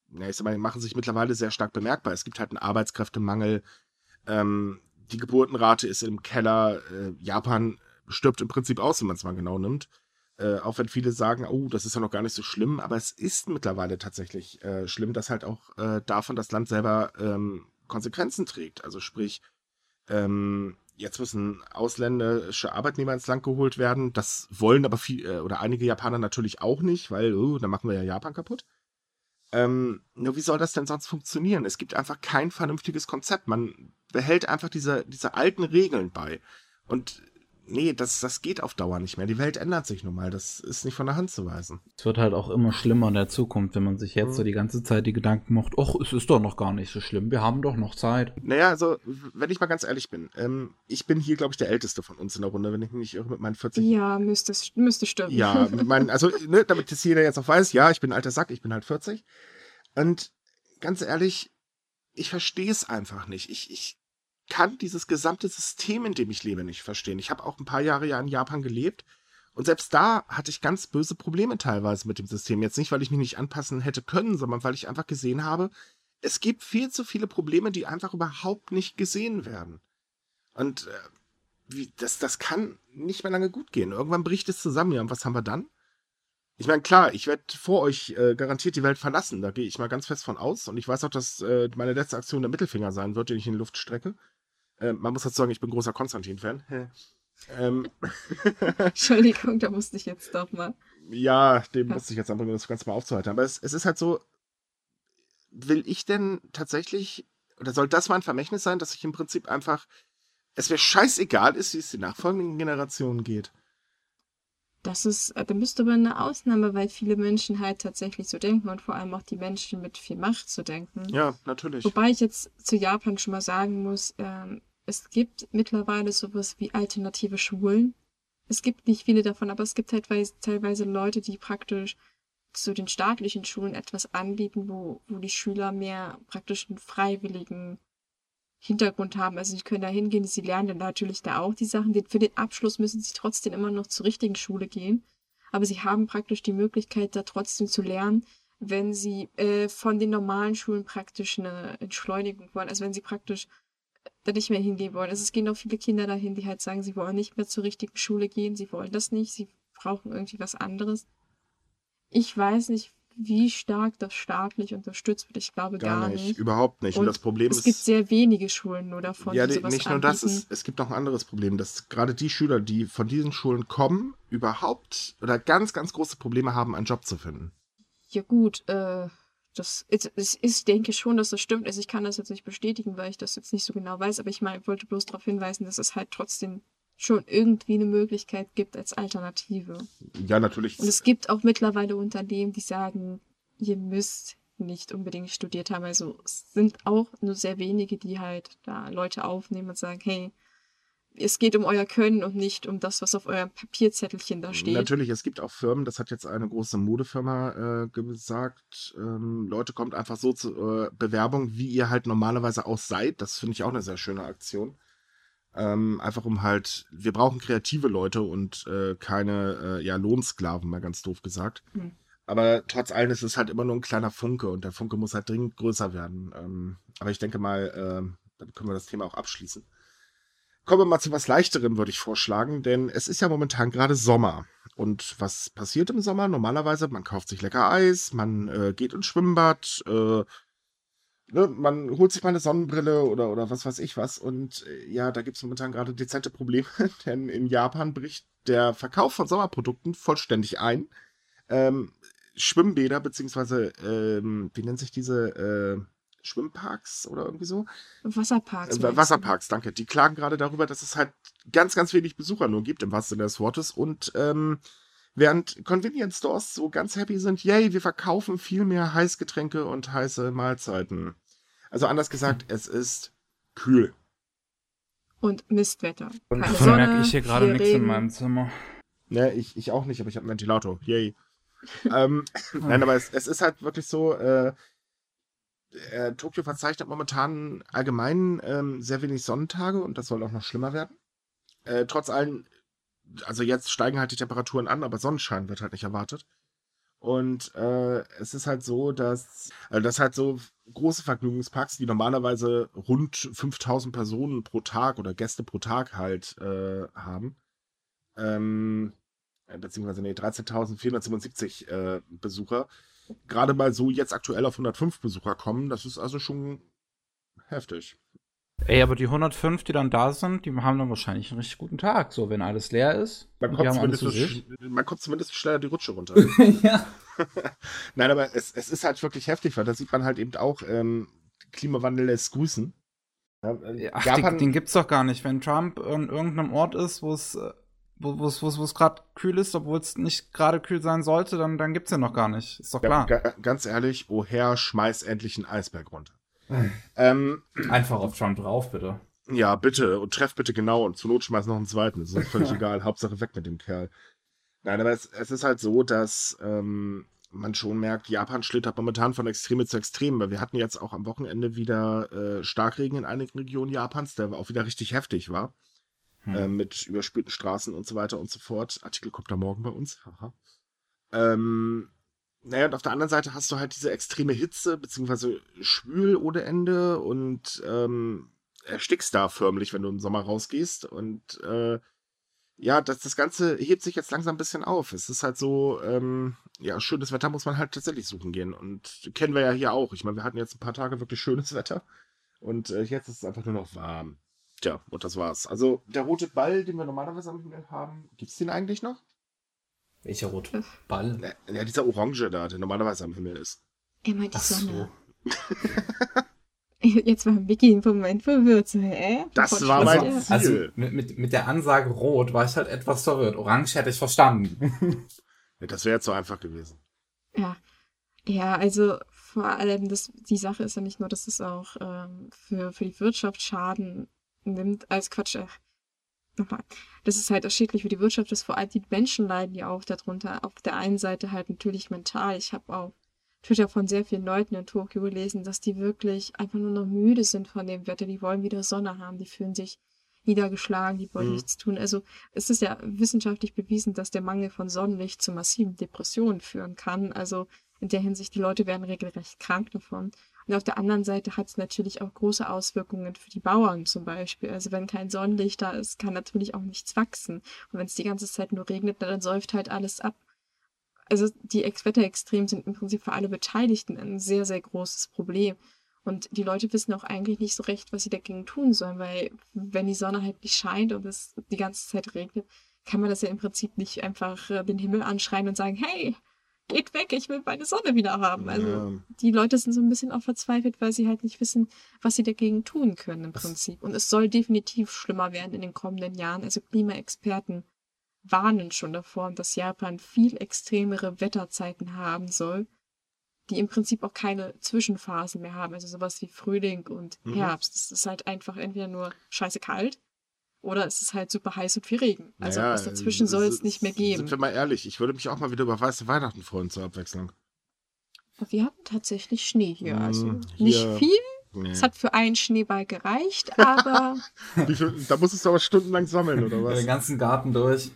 ja, ich sag mal, machen sich mittlerweile sehr stark bemerkbar. Es gibt halt einen Arbeitskräftemangel. Die Geburtenrate ist im Keller. Japan stirbt im Prinzip aus, wenn man es mal genau nimmt. Auch wenn viele sagen, oh, das ist ja noch gar nicht so schlimm, aber es ist mittlerweile tatsächlich schlimm, dass halt auch davon das Land selber Konsequenzen trägt. Also sprich, jetzt müssen ausländische Arbeitnehmer ins Land geholt werden. Das wollen aber oder einige Japaner natürlich auch nicht, weil dann machen wir ja Japan kaputt. Nur wie soll das denn sonst funktionieren? Es gibt einfach kein vernünftiges Konzept. Man behält einfach diese alten Regeln bei. Und nee, das geht auf Dauer nicht mehr. Die Welt ändert sich nun mal. Das ist nicht von der Hand zu weisen. Es wird halt auch immer schlimmer in der Zukunft, wenn man sich jetzt so die ganze Zeit die Gedanken macht, ach, es ist doch noch gar nicht so schlimm, wir haben doch noch Zeit. Naja, also, wenn ich mal ganz ehrlich bin, ich bin hier, glaube ich, der Älteste von uns in der Runde, wenn ich mich nicht irre, mit meinen 40. Ja, müsste stimmen. Ja, mit meinen, also, ne, damit das jeder jetzt auch weiß, ja, ich bin ein alter Sack, ich bin halt 40. Und ganz ehrlich, ich verstehe es einfach nicht. Ich kann dieses gesamte System, in dem ich lebe, nicht verstehen. Ich habe auch ein paar Jahre ja in Japan gelebt und selbst da hatte ich ganz böse Probleme teilweise mit dem System. Jetzt nicht, weil ich mich nicht anpassen hätte können, sondern weil ich einfach gesehen habe, es gibt viel zu viele Probleme, die einfach überhaupt nicht gesehen werden. Und das kann nicht mehr lange gut gehen. Irgendwann bricht es zusammen. Ja, und was haben wir dann? Ich meine, klar, ich werde vor euch garantiert die Welt verlassen. Da gehe ich mal ganz fest von aus. Und ich weiß auch, dass meine letzte Aktion der Mittelfinger sein wird, den ich in die Luft strecke. Man muss dazu sagen, ich bin großer Konstantin-Fan. Entschuldigung, da musste ich jetzt doch mal. Ja, dem musste ich jetzt anbringen, um das Ganze mal aufzuhalten. Aber es ist halt so, will ich denn tatsächlich, oder soll das mein Vermächtnis sein, dass ich im Prinzip einfach, es mir scheißegal ist, wie es den nachfolgenden Generationen geht? Da müsste aber eine Ausnahme, weil viele Menschen halt tatsächlich so denken und vor allem auch die Menschen mit viel Macht so denken. Ja, natürlich. Wobei ich jetzt zu Japan schon mal sagen muss, es gibt mittlerweile sowas wie alternative Schulen. Es gibt nicht viele davon, aber es gibt halt teilweise Leute, die praktisch zu den staatlichen Schulen etwas anbieten, wo die Schüler mehr praktisch einen freiwilligen Hintergrund haben. Also sie können da hingehen, sie lernen dann natürlich da auch die Sachen. Für den Abschluss müssen sie trotzdem immer noch zur richtigen Schule gehen. Aber sie haben praktisch die Möglichkeit, da trotzdem zu lernen, wenn sie von den normalen Schulen praktisch eine Entschleunigung wollen. Also wenn sie praktisch da nicht mehr hingehen wollen. Also es gehen auch viele Kinder dahin, die halt sagen, sie wollen nicht mehr zur richtigen Schule gehen, sie wollen das nicht, sie brauchen irgendwie was anderes. Ich weiß nicht, wie stark das staatlich unterstützt wird. Ich glaube gar nicht. Überhaupt nicht. Und das Problem es gibt sehr wenige Schulen nur davon, ja, die sowas nicht nur anbieten. es gibt noch ein anderes Problem, dass gerade die Schüler, die von diesen Schulen kommen, überhaupt oder ganz, ganz große Probleme haben, einen Job zu finden. Ja gut, ich denke schon, dass das stimmt. Also ich kann das jetzt nicht bestätigen, weil ich das jetzt nicht so genau weiß, aber ich wollte bloß darauf hinweisen, dass es halt trotzdem schon irgendwie eine Möglichkeit gibt als Alternative. Ja, natürlich. Und es gibt auch mittlerweile Unternehmen, die sagen, ihr müsst nicht unbedingt studiert haben. Also es sind auch nur sehr wenige, die halt da Leute aufnehmen und sagen, hey, es geht um euer Können und nicht um das, was auf eurem Papierzettelchen da steht. Natürlich, es gibt auch Firmen, das hat jetzt eine große Modefirma gesagt, Leute, kommt einfach so zur Bewerbung, wie ihr halt normalerweise auch seid. Das finde ich auch eine sehr schöne Aktion. Einfach um halt, wir brauchen kreative Leute und keine Lohnsklaven, mal ganz doof gesagt. Mhm. Aber trotz allem ist es halt immer nur ein kleiner Funke und der Funke muss halt dringend größer werden. Aber ich denke mal, dann können wir das Thema auch abschließen. Kommen wir mal zu was Leichterem, würde ich vorschlagen, denn es ist ja momentan gerade Sommer. Und was passiert im Sommer? Normalerweise, man kauft sich lecker Eis, man geht ins Schwimmbad, man holt sich mal eine Sonnenbrille oder was weiß ich was. Und ja, da gibt es momentan gerade dezente Probleme, denn in Japan bricht der Verkauf von Sommerprodukten vollständig ein. Schwimmbäder, beziehungsweise, wie nennt sich diese Schwimmparks oder irgendwie so? Wasserparks. Wasserparks, danke. Die klagen gerade darüber, dass es halt ganz, ganz wenig Besucher nur gibt, im wahrsten Sinne des Wortes. Und während Convenience Stores so ganz happy sind, yay, wir verkaufen viel mehr Heißgetränke und heiße Mahlzeiten. Also anders gesagt, es ist kühl. Und Mistwetter. Und davon merke ich hier gerade nichts in meinem Zimmer. Ne, ich auch nicht, aber ich habe einen Ventilator. Yay. Nein, aber es ist halt wirklich so, Tokio verzeichnet momentan allgemein sehr wenig Sonnentage und das soll auch noch schlimmer werden. Trotz allem, also jetzt steigen halt die Temperaturen an, aber Sonnenschein wird halt nicht erwartet. Und es ist halt so, dass halt so große Vergnügungsparks, die normalerweise rund 5000 Personen pro Tag oder Gäste pro Tag halt haben, beziehungsweise 13.477 Besucher, gerade mal so jetzt aktuell auf 105 Besucher kommen. Das ist also schon heftig. Ey, aber die 105, die dann da sind, die haben dann wahrscheinlich einen richtig guten Tag, so wenn alles leer ist. Man kommt zumindest schneller die Rutsche runter. Ja. Nein, aber es ist halt wirklich heftig, weil da sieht man halt eben auch, Klimawandel lässt grüßen. Ja, Ach, Japan, den gibt's doch gar nicht. Wenn Trump in irgendeinem Ort ist, wo es gerade kühl ist, obwohl es nicht gerade kühl sein sollte, dann gibt's den noch gar nicht. Ist doch klar. ganz ehrlich, oh Herr, schmeiß endlich einen Eisberg runter. Einfach auf Trump drauf, bitte. Ja, bitte. Und treff bitte genau. Und zur Not schmeiß noch einen zweiten. Das ist uns völlig egal. Hauptsache weg mit dem Kerl. Nein, aber es ist halt so, dass man schon merkt, Japan schlittert momentan von Extreme zu Extrem. Weil wir hatten jetzt auch am Wochenende wieder Starkregen in einigen Regionen Japans, der auch wieder richtig heftig war. Mit überspülten Straßen und so weiter und so fort. Artikel kommt da morgen bei uns. Haha. Naja, und auf der anderen Seite hast du halt diese extreme Hitze, beziehungsweise schwül ohne Ende und erstickst da förmlich, wenn du im Sommer rausgehst. Und ja, das Ganze hebt sich jetzt langsam ein bisschen auf. Es ist halt so, ja, schönes Wetter muss man halt tatsächlich suchen gehen. Und kennen wir ja hier auch. Ich meine, wir hatten jetzt ein paar Tage wirklich schönes Wetter. Und jetzt ist es einfach nur noch warm. Tja, und das war's. Also der rote Ball, den wir normalerweise am Himmel haben, gibt's den eigentlich noch? Welcher rote Ball? Ja, dieser Orange da, der normalerweise am Himmel ist. Immer die Ach Sonne. so. Jetzt war Vicky im Moment verwirrt. So, Das war mein Ziel. Also mit der Ansage rot war ich halt etwas verwirrt. Orange hätte ich verstanden. Ja, das wäre jetzt so einfach gewesen. Ja. Ja, also vor allem, die Sache ist ja nicht nur, dass es auch für die Wirtschaft Schaden nimmt, als Quatsch, nochmal. Das ist halt auch schädlich für die Wirtschaft, dass vor allem die Menschen leiden ja auch darunter. Auf der einen Seite halt natürlich mental. Ich habe auf Twitter von sehr vielen Leuten in Tokio gelesen, dass die wirklich einfach nur noch müde sind von dem Wetter. Die wollen wieder Sonne haben, die fühlen sich niedergeschlagen, die wollen nichts tun. Also es ist ja wissenschaftlich bewiesen, dass der Mangel von Sonnenlicht zu massiven Depressionen führen kann. Also in der Hinsicht, die Leute werden regelrecht krank davon. Und auf der anderen Seite hat es natürlich auch große Auswirkungen für die Bauern zum Beispiel. Also wenn kein Sonnenlicht da ist, kann natürlich auch nichts wachsen. Und wenn es die ganze Zeit nur regnet, dann säuft halt alles ab. Also die Wetterextremen sind im Prinzip für alle Beteiligten ein sehr, sehr großes Problem. Und die Leute wissen auch eigentlich nicht so recht, was sie dagegen tun sollen, weil wenn die Sonne halt nicht scheint und es die ganze Zeit regnet, kann man das ja im Prinzip nicht einfach den Himmel anschreien und sagen, hey, geht weg, ich will meine Sonne wieder haben. Also die Leute sind so ein bisschen auch verzweifelt, weil sie halt nicht wissen, was sie dagegen tun können im Prinzip. Und es soll definitiv schlimmer werden in den kommenden Jahren. Also Klimaexperten warnen schon davor, dass Japan viel extremere Wetterzeiten haben soll, die im Prinzip auch keine Zwischenphasen mehr haben. Also sowas wie Frühling und Herbst. Es ist halt einfach entweder nur scheiße kalt oder es ist halt super heiß und viel Regen. Also was dazwischen soll es nicht mehr geben. Sind wir mal ehrlich, ich würde mich auch mal wieder über weiße Weihnachten freuen zur Abwechslung. Wir hatten tatsächlich Schnee hier. Also nicht viel. Nee. Es hat für einen Schneeball gereicht, aber... Da musstest du aber stundenlang sammeln, oder was? Den ganzen Garten durch.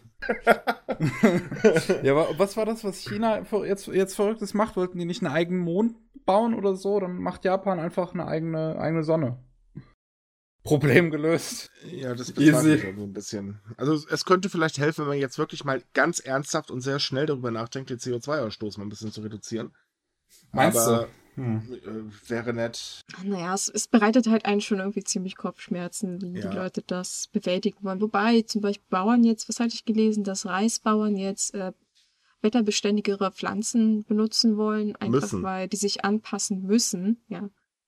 Ja, aber was war das, was China jetzt Verrücktes macht? Wollten die nicht einen eigenen Mond bauen oder so? Dann macht Japan einfach eine eigene Sonne. Problem gelöst. Ja, das bezweifle ich ein bisschen. Also es könnte vielleicht helfen, wenn man jetzt wirklich mal ganz ernsthaft und sehr schnell darüber nachdenkt, den CO2-Ausstoß mal ein bisschen zu reduzieren. Meinst aber, du? Wäre nett. Naja, es bereitet halt einen schon irgendwie ziemlich Kopfschmerzen, wie die Leute das bewältigen wollen. Wobei zum Beispiel Bauern jetzt, was hatte ich gelesen, dass Reisbauern jetzt wetterbeständigere Pflanzen benutzen wollen, einfach weil die sich anpassen müssen, ja.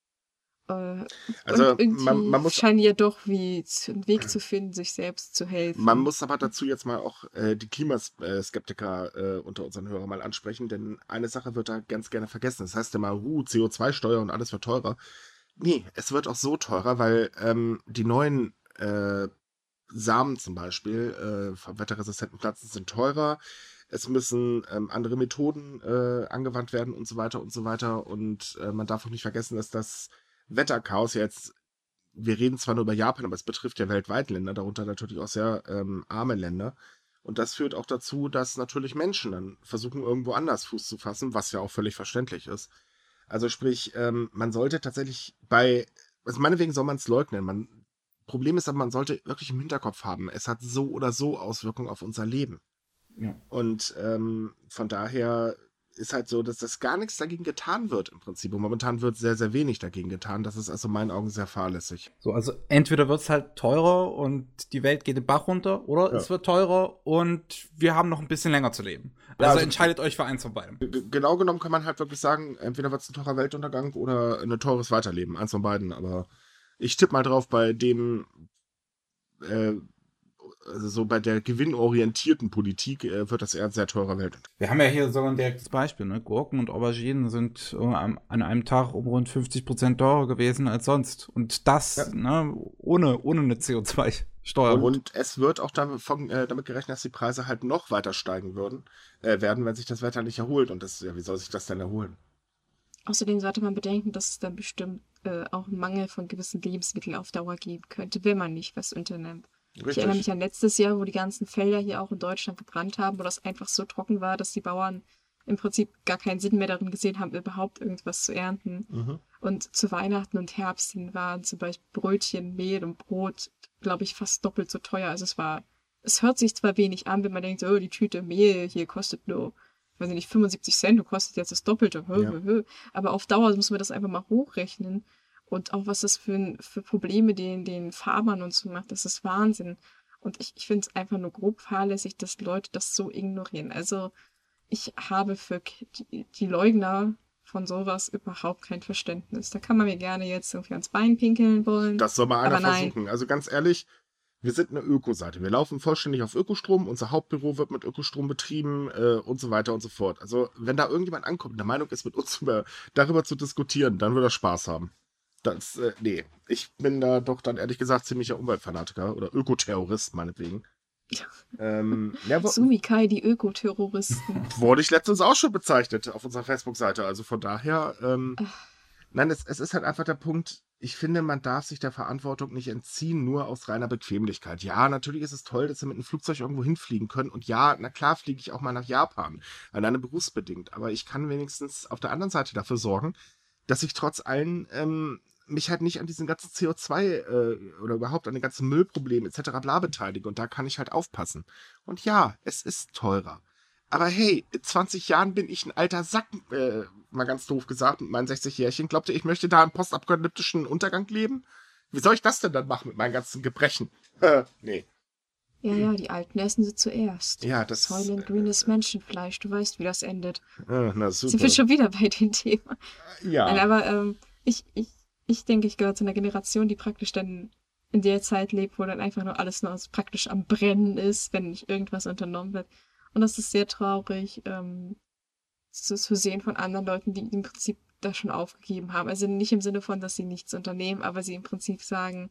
Also und man muss scheinen ja doch wie einen Weg zu finden, sich selbst zu helfen. Man muss aber dazu jetzt mal auch die Klimaskeptiker unter unseren Hörern mal ansprechen, denn eine Sache wird da ganz gerne vergessen. Das heißt immer, CO2-Steuer und alles wird teurer. Nee, es wird auch so teurer, weil die neuen Samen zum Beispiel von wetterresistenten Pflanzen sind teurer. Es müssen andere Methoden angewandt werden und so weiter und so weiter. Und man darf auch nicht vergessen, dass das Wetterchaos jetzt, wir reden zwar nur über Japan, aber es betrifft ja weltweit Länder, darunter natürlich auch sehr arme Länder. Und das führt auch dazu, dass natürlich Menschen dann versuchen, irgendwo anders Fuß zu fassen, was ja auch völlig verständlich ist. Also sprich, man sollte tatsächlich also meinetwegen soll man es leugnen. Problem ist aber, man sollte wirklich im Hinterkopf haben, es hat so oder so Auswirkungen auf unser Leben. Ja. Und von daher ist halt so, dass das gar nichts dagegen getan wird im Prinzip. Und momentan wird sehr, sehr wenig dagegen getan. Das ist also in meinen Augen sehr fahrlässig. So, also entweder wird es halt teurer und die Welt geht den Bach runter, oder es wird teurer und wir haben noch ein bisschen länger zu leben. Also entscheidet euch für eins von beidem. Genau genommen kann man halt wirklich sagen, entweder wird es ein teurer Weltuntergang oder ein teures Weiterleben. Eins von beiden. Aber ich tippe mal drauf, bei dem also so bei der gewinnorientierten Politik wird das eher ein sehr teurer Weltuntergang. Wir haben ja hier sogar ein direktes Beispiel, ne? Gurken und Auberginen sind an einem Tag um rund 50% teurer gewesen als sonst. Und das ohne eine CO2-Steuer. Und es wird auch damit gerechnet, dass die Preise halt noch weiter steigen werden, wenn sich das Wetter nicht erholt. Und wie soll sich das denn erholen? Außerdem sollte man bedenken, dass es dann bestimmt auch einen Mangel von gewissen Lebensmitteln auf Dauer geben könnte, wenn man nicht was unternimmt. Richtig. Ich erinnere mich an letztes Jahr, wo die ganzen Felder hier auch in Deutschland gebrannt haben, wo das einfach so trocken war, dass die Bauern im Prinzip gar keinen Sinn mehr darin gesehen haben, überhaupt irgendwas zu ernten. Mhm. Und zu Weihnachten und Herbst hin waren zum Beispiel Brötchen, Mehl und Brot, glaube ich, fast doppelt so teuer. Also es hört sich zwar wenig an, wenn man denkt, oh, die Tüte Mehl hier kostet nur, weiß ich nicht, 75 Cent und kostet jetzt das Doppelte. Ja. Aber auf Dauer muss man das einfach mal hochrechnen. Und auch was das für Probleme den Farmern und so macht, das ist Wahnsinn. Und ich finde es einfach nur grob fahrlässig, dass Leute das so ignorieren. Also ich habe für die Leugner von sowas überhaupt kein Verständnis. Da kann man mir gerne jetzt irgendwie ans Bein pinkeln wollen. Das soll mal einer aber nein. versuchen. Also ganz ehrlich, wir sind eine Öko-Seite. Wir laufen vollständig auf Ökostrom. Unser Hauptbüro wird mit Ökostrom betrieben und so weiter und so fort. Also wenn da irgendjemand ankommt und der Meinung ist, mit uns darüber zu diskutieren, dann wird er Spaß haben. Nee, ich bin da doch dann ehrlich gesagt ziemlicher Umweltfanatiker oder Ökoterrorist meinetwegen. Sumikai, die Ökoterroristen. Wurde ich letztens auch schon bezeichnet auf unserer Facebook-Seite. Also von daher, nein, es ist halt einfach der Punkt, ich finde, man darf sich der Verantwortung nicht entziehen, nur aus reiner Bequemlichkeit. Ja, natürlich ist es toll, dass wir mit einem Flugzeug irgendwo hinfliegen können. Und ja, na klar fliege ich auch mal nach Japan, alleine berufsbedingt. Aber ich kann wenigstens auf der anderen Seite dafür sorgen, dass ich trotz allem mich halt nicht an diesen ganzen CO2 oder überhaupt an den ganzen Müllproblemen etc. bla beteilige. Und da kann ich halt aufpassen. Und ja, es ist teurer. Aber hey, in 20 Jahren bin ich ein alter Sack, mal ganz doof gesagt, mit meinen 60-Jährchen. Glaubt ihr, ich möchte da im postapokalyptischen Untergang leben? Wie soll ich das denn dann machen mit meinen ganzen Gebrechen? Nee. Ja, die Alten essen sie zuerst. Ja, das Soylent grünes Menschenfleisch, du weißt, wie das endet. Na super. Sind wir schon wieder bei dem Thema. Ja. Nein, aber ich denke, ich gehöre zu einer Generation, die praktisch dann in der Zeit lebt, wo dann einfach nur alles nur praktisch am Brennen ist, wenn nicht irgendwas unternommen wird. Und das ist sehr traurig, zu sehen von anderen Leuten, die im Prinzip das schon aufgegeben haben. Also nicht im Sinne von, dass sie nichts unternehmen, aber sie im Prinzip sagen,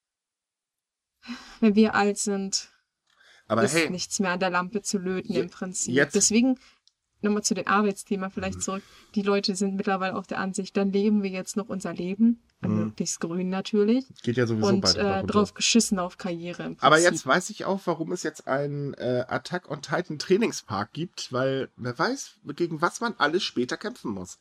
wenn wir alt sind, Aber ist hey, nichts mehr an der Lampe zu löten im Prinzip. jetzt- Deswegen, nochmal zu dem Arbeitsthema vielleicht zurück, die Leute sind mittlerweile auch der Ansicht, dann leben wir jetzt noch unser Leben, möglichst grün natürlich, geht ja sowieso und bald runter. drauf geschissen auf Karriere im Prinzip. Aber jetzt weiß ich auch, warum es jetzt einen Attack on Titan Trainingspark gibt, weil wer weiß, gegen was man alles später kämpfen muss.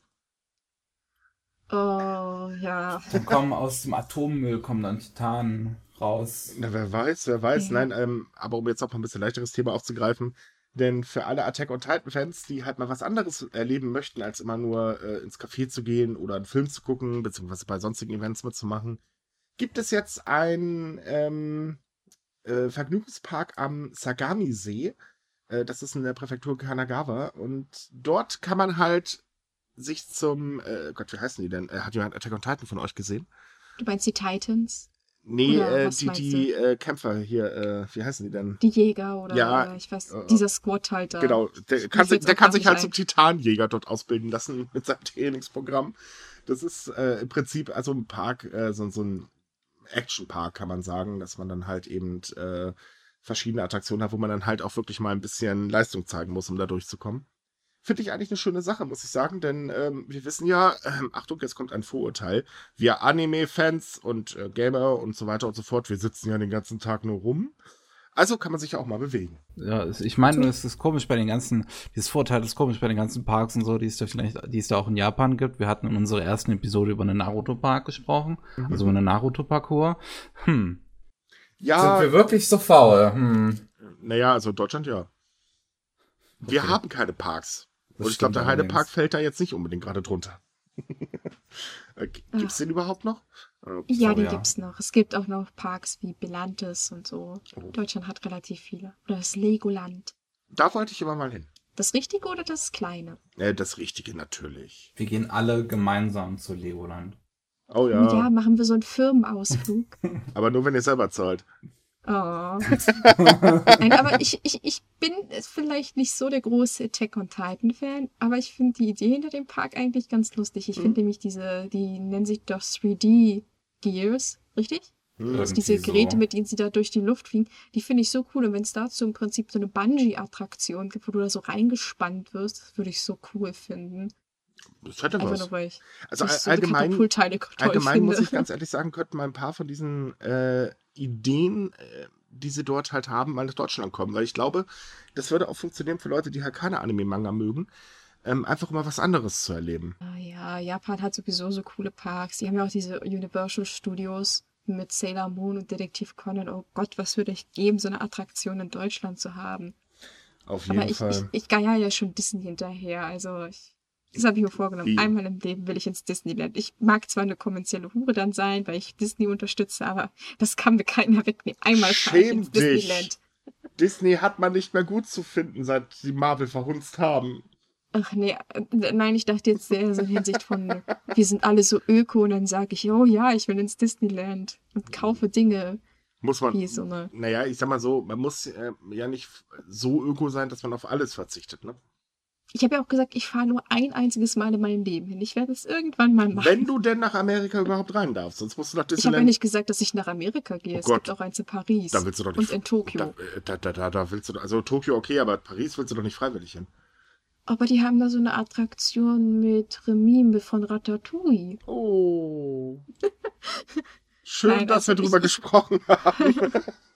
Oh, ja. Dann aus dem Atommüll kommen dann Titanen raus. Na, wer weiß. Ja. Nein, aber um jetzt auch mal ein bisschen leichteres Thema aufzugreifen, denn für alle Attack on Titan Fans, die halt mal was anderes erleben möchten, als immer nur ins Café zu gehen oder einen Film zu gucken, beziehungsweise bei sonstigen Events mitzumachen, gibt es jetzt einen Vergnügungspark am Sagami-See. Das ist in der Präfektur Kanagawa. Und dort kann man halt sich zum, Gott, wie heißen die denn? Hat jemand Attack on Titan von euch gesehen? Du meinst die Titans? Nee, Oder was meinst die Kämpfer hier, wie heißen die denn? Die Jäger oder Ja, ich weiß, dieser Squad halt da. Genau, der Mir kann fällt's sich auch gar halt nicht zum ein. Titanjäger dort ausbilden lassen mit seinem Trainingsprogramm. Das ist im Prinzip also ein Park, so ein Actionpark, kann man sagen, dass man dann halt eben verschiedene Attraktionen hat, wo man dann halt auch wirklich mal ein bisschen Leistung zeigen muss, um da durchzukommen. Finde ich eigentlich eine schöne Sache, muss ich sagen, denn wir wissen ja, Achtung, jetzt kommt ein Vorurteil, wir Anime-Fans und Gamer und so weiter und so fort, wir sitzen ja den ganzen Tag nur rum. Also kann man sich ja auch mal bewegen. Ja, ich meine, es ist komisch bei den ganzen, dieses Vorteil ist komisch bei den ganzen Parks und so, die es da auch in Japan gibt. Wir hatten in unserer ersten Episode über einen Naruto-Park gesprochen, also über einen Naruto-Parcours. Ja. Sind wir wirklich so faul? Naja, also in Deutschland ja. Wir haben keine Parks. Das Und ich glaube, der stimmt Heidepark allerdings. fällt da jetzt nicht unbedingt gerade drunter. Gibt's den überhaupt noch? Ja, Oh, die ja. gibt's noch. Es gibt auch noch Parks wie Belantes und so. Oh. Deutschland hat relativ viele. Oder das Legoland. Da wollte ich immer mal hin. Das Richtige oder das Kleine? Das Richtige natürlich. Wir gehen alle gemeinsam zu Legoland. Oh Ja, ja, machen wir so einen Firmenausflug. aber nur wenn ihr selber zahlt. Oh. Nein, aber ich bin vielleicht nicht so der große Attack on Titan-Fan, aber ich finde die Idee hinter dem Park eigentlich ganz lustig. Ich finde nämlich die nennen sich doch 3D-Gears, richtig? Also diese Irgendwie Geräte, so. mit denen sie da durch die Luft fliegen, die finde ich so cool. Und wenn es dazu im Prinzip so eine Bungee-Attraktion gibt, wo du da so reingespannt wirst, das würde ich so cool finden. Das hätte Einfach was. nur, weil ich Also so allgemein, Katapultteile toll allgemein finde. muss ich ganz ehrlich sagen, könnten mal ein paar von diesen Ideen, die sie dort halt haben, mal nach Deutschland kommen. Weil ich glaube, das würde auch funktionieren für Leute, die halt keine Anime-Manga mögen, einfach mal was anderes zu erleben. Ah ja, Japan hat sowieso so coole Parks. Die haben ja auch diese Universal Studios mit Sailor Moon und Detektiv Conan. Oh Gott, was würde ich geben, so eine Attraktion in Deutschland zu haben. Auf jeden Aber Fall. ich geier ja schon Disney hinterher. Also das habe ich mir vorgenommen. Wie? Einmal im Leben will ich ins Disneyland. Ich mag zwar eine kommerzielle Hure dann sein, weil ich Disney unterstütze, aber das kann mir keiner wegnehmen. Einmal fahre ich Schäm ins dich. Disneyland. Disney hat man nicht mehr gut zu finden, seit die Marvel verhunzt haben. Ach nee, nein, ich dachte jetzt sehr so in Hinsicht von, wir sind alle so öko und dann sage ich, oh ja, ich will ins Disneyland und kaufe Dinge Muss man. wie so eine. Naja, ich sag mal so, man muss ja nicht so öko sein, dass man auf alles verzichtet, ne? Ich habe ja auch gesagt, ich fahre nur ein einziges Mal in meinem Leben hin. Ich werde es irgendwann mal machen. Wenn du denn nach Amerika überhaupt rein darfst, sonst musst du nach Ich habe ja Disneyland. nicht gesagt, dass ich nach Amerika gehe. Oh Es Gott. gibt auch eins in Paris Da willst du doch nicht. und in Tokio. Da willst du doch. Also Tokio okay, aber Paris willst du doch nicht freiwillig hin. Aber die haben da so eine Attraktion mit Remime von Ratatouille. Oh. Schön, Nein, dass also wir drüber ich- gesprochen haben.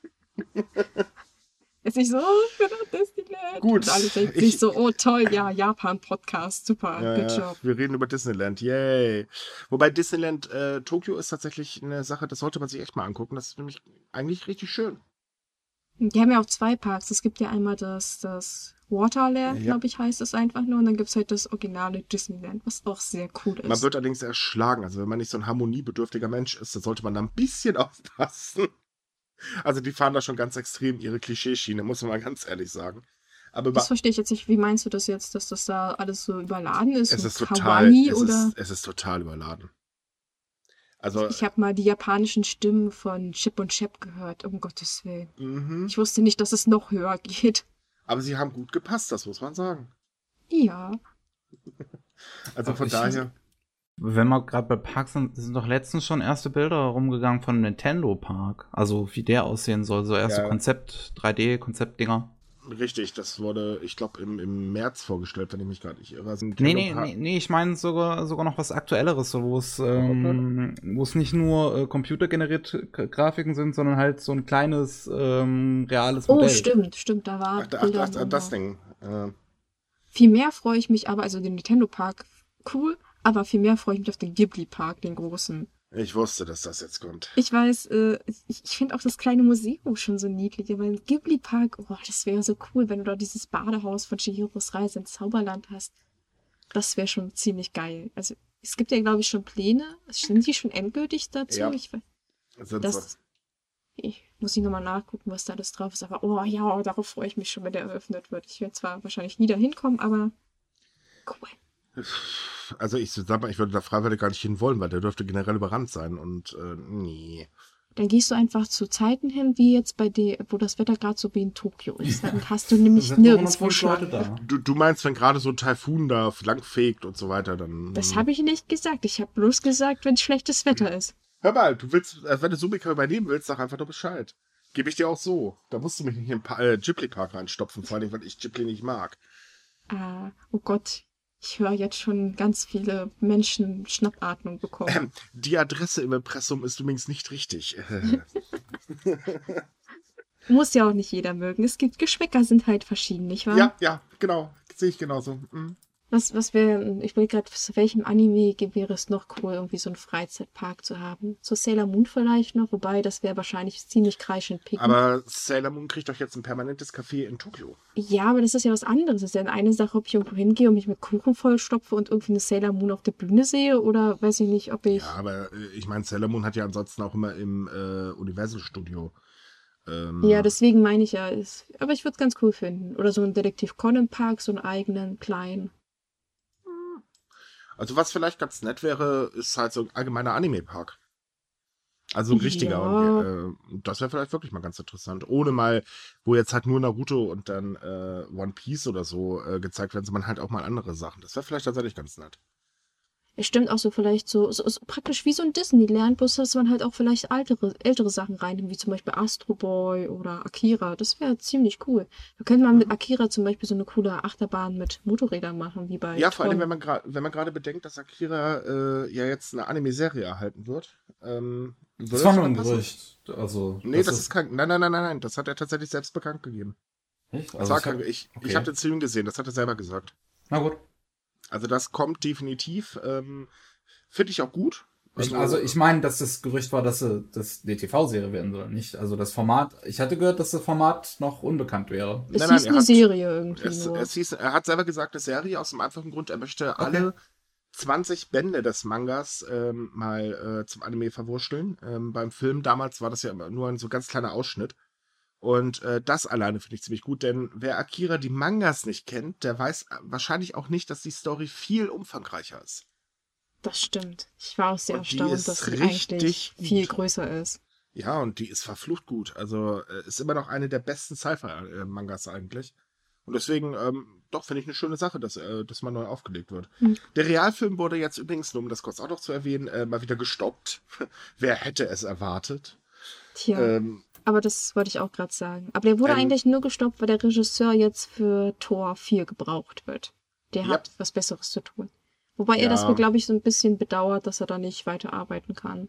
Ist nicht so, für das Disneyland. Gut, Und alle denken ich- sich so, oh toll, ja, Japan-Podcast, super, good Ja, job. wir reden über Disneyland, yay. Wobei Disneyland Tokio ist tatsächlich eine Sache, das sollte man sich echt mal angucken. Das ist nämlich eigentlich richtig schön. Die haben ja auch zwei Parks. Es gibt ja einmal das Waterland, Ja. glaube ich, heißt es einfach nur. Und dann gibt es halt das originale Disneyland, was auch sehr cool ist. Man wird allerdings erschlagen. Also wenn man nicht so ein harmoniebedürftiger Mensch ist, dann sollte man da ein bisschen aufpassen. Also die fahren da schon ganz extrem ihre Klischeeschiene, muss man mal ganz ehrlich sagen. Aber Das verstehe ich jetzt nicht. Wie meinst du das jetzt, dass das da alles so überladen ist? es So ist total, Kawaii oder? es ist total überladen. Also, Ich habe mal die japanischen Stimmen von Chip und Chap gehört, um Gottes Willen. mhm. Ich wusste nicht, dass es noch höher geht. Aber sie haben gut gepasst, das muss man sagen. Ja. Also Aber von ich daher, Wenn wir gerade bei Parks sind doch letztens schon erste Bilder rumgegangen von Nintendo Park. Also wie der aussehen soll. So erste Ja. 3D-Konzeptdinger. richtig, das wurde, ich glaube, im März vorgestellt, wenn ich mich gerade nicht irre. Also Nee, ich meine sogar noch was Aktuelleres, so, wo es nicht nur computergenerierte Grafiken sind, sondern halt so ein kleines reales Oh, Modell. stimmt, da war Bilder Ach, das drüber. Ding. Viel mehr freue ich mich aber, also den Nintendo Park, cool, aber viel mehr freue ich mich auf den Ghibli Park, den großen. Ich wusste, dass das jetzt kommt. Ich weiß, ich finde auch das kleine Museum schon so niedlich, aber ein Ghibli Park, oh, das wäre so cool, wenn du da dieses Badehaus von Chihiros Reise ins Zauberland hast. Das wäre schon ziemlich geil. Also es gibt ja, glaube ich, schon Pläne. Sind die schon endgültig dazu? Ja. Ich weiß, Sind das, ich muss nochmal nachgucken, was da alles drauf ist. Aber oh ja, darauf freue ich mich schon, wenn der eröffnet wird. Ich werde zwar wahrscheinlich nie dahin kommen, aber cool. Also ich sag mal, ich würde da freiwillig gar nicht hin wollen, weil der dürfte generell überrannt sein und nee. Dann gehst du einfach zu Zeiten hin, wie jetzt bei dir, wo das Wetter gerade so wie in Tokio ist. Dann hast du nämlich Sind nur nirgendwo 105 Leute Schlangen. da. Du meinst, wenn gerade so ein Taifun da langfegt und so weiter, dann... Das habe ich nicht gesagt. Ich habe bloß gesagt, wenn schlechtes Wetter ist. Hör mal, du willst, wenn du Sumika übernehmen willst, sag einfach nur Bescheid. Gebe ich dir auch so. Da musst du mich nicht in den Ghibli-Park reinstopfen, vor allem, weil ich Ghibli nicht mag. Oh Gott, ich höre jetzt schon ganz viele Menschen Schnappatmung bekommen. Die Adresse im Impressum ist übrigens nicht richtig. Muss ja auch nicht jeder mögen. Es gibt Geschmäcker sind halt verschieden, nicht wahr? Ja, genau. Sehe ich genauso. Was wäre, ich will gerade, zu welchem Anime wäre es noch cool, irgendwie so einen Freizeitpark zu haben? Zu Sailor Moon vielleicht noch, wobei das wäre wahrscheinlich ziemlich kreischend picken. Aber Sailor Moon kriegt doch jetzt ein permanentes Café in Tokio. Ja, aber das ist ja was anderes. Es ist ja eine Sache, ob ich irgendwo hingehe und mich mit Kuchen vollstopfe und irgendwie eine Sailor Moon auf der Bühne sehe oder weiß ich nicht, ob ich. Ja, aber ich meine, Sailor Moon hat ja ansonsten auch immer im Universal-Studio. Ja, deswegen meine ich ja. Aber ich würde es ganz cool finden. Oder so ein Detektiv Conan Park, so einen eigenen, kleinen. Also was vielleicht ganz nett wäre, ist halt so ein allgemeiner Anime-Park. Also ein richtiger. Ja. Und das wäre vielleicht wirklich mal ganz interessant. Ohne mal, wo jetzt halt nur Naruto und dann One Piece oder so gezeigt werden, sondern halt auch mal andere Sachen. Das wäre vielleicht tatsächlich ganz nett. Es stimmt auch so vielleicht so praktisch wie so ein Disneyland, bloß dass man halt auch vielleicht ältere Sachen reinnimmt, wie zum Beispiel Astro Boy oder Akira. Das wäre ziemlich cool. Da könnte man mit Akira zum Beispiel so eine coole Achterbahn mit Motorrädern machen, wie bei Ja, vor allem, Tron. wenn man gerade bedenkt, dass Akira ja jetzt eine Anime-Serie erhalten wird. Würde Das war nur sogar ein passen. Gerücht. Also, Nee, das ist kein. Nein. Das hat er tatsächlich selbst bekannt gegeben. Echt? Das Also war ich hab, kein, ich okay. habe den Stream gesehen, das hat er selber gesagt. Na gut. Also das kommt definitiv. Finde ich auch gut. Ich meine, dass das Gerücht war, dass das die TV-Serie werden soll, nicht? Also das Format, ich hatte gehört, dass das Format noch unbekannt wäre. Es hieß eine Serie irgendwie nur. Er hat selber gesagt, eine Serie aus dem einfachen Grund, er möchte alle 20 Bände des Mangas mal zum Anime verwurschteln. Beim Film damals war das ja nur ein so ganz kleiner Ausschnitt. Und das alleine finde ich ziemlich gut, denn wer Akira die Mangas nicht kennt, der weiß wahrscheinlich auch nicht, dass die Story viel umfangreicher ist. Das stimmt. Ich war auch sehr Und die erstaunt, ist dass sie richtig eigentlich gut. viel größer ist. Ja, und die ist verflucht gut. Also ist immer noch eine der besten Sci-Fi-Mangas eigentlich. Und deswegen, doch, finde ich eine schöne Sache, dass mal neu aufgelegt wird. Der Realfilm wurde jetzt übrigens, nur um das kurz auch noch zu erwähnen, mal wieder gestoppt. Wer hätte es erwartet? Tja, aber das wollte ich auch gerade sagen. Aber der wurde eigentlich nur gestoppt, weil der Regisseur jetzt für Tor 4 gebraucht wird. Der hat was Besseres zu tun. Wobei er das wohl, glaube ich, so ein bisschen bedauert, dass er da nicht weiterarbeiten kann.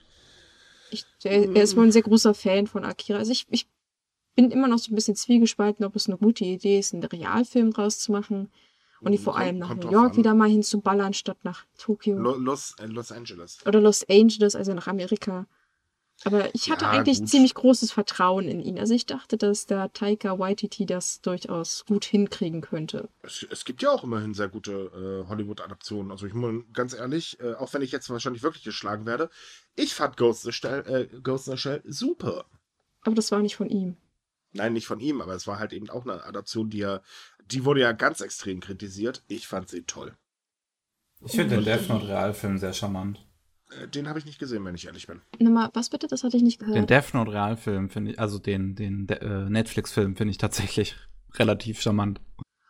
Er ist wohl ein sehr großer Fan von Akira. Also ich bin immer noch so ein bisschen zwiegespalten, ob es eine gute Idee ist, einen Realfilm draus zu machen und die vor allem nach New York wieder mal hinzuballern, statt nach Tokio. Los Angeles. Oder Los Angeles, also nach Amerika. Aber ich hatte eigentlich ziemlich großes Vertrauen in ihn. Also ich dachte, dass der Taika Waititi das durchaus gut hinkriegen könnte. Es gibt ja auch immerhin sehr gute Hollywood-Adaptionen. Also ich muss ganz ehrlich, auch wenn ich jetzt wahrscheinlich wirklich geschlagen werde, ich fand Ghost in the Shell super. Aber das war nicht von ihm. Nein, nicht von ihm, aber es war halt eben auch eine Adaption, die wurde ja ganz extrem kritisiert. Ich fand sie toll. Ich finde den Death Note Realfilm sehr charmant. Den habe ich nicht gesehen, wenn ich ehrlich bin. Nochmal, was bitte? Das hatte ich nicht gehört. Den Death Note Realfilm finde ich, also den Netflix-Film finde ich tatsächlich relativ charmant.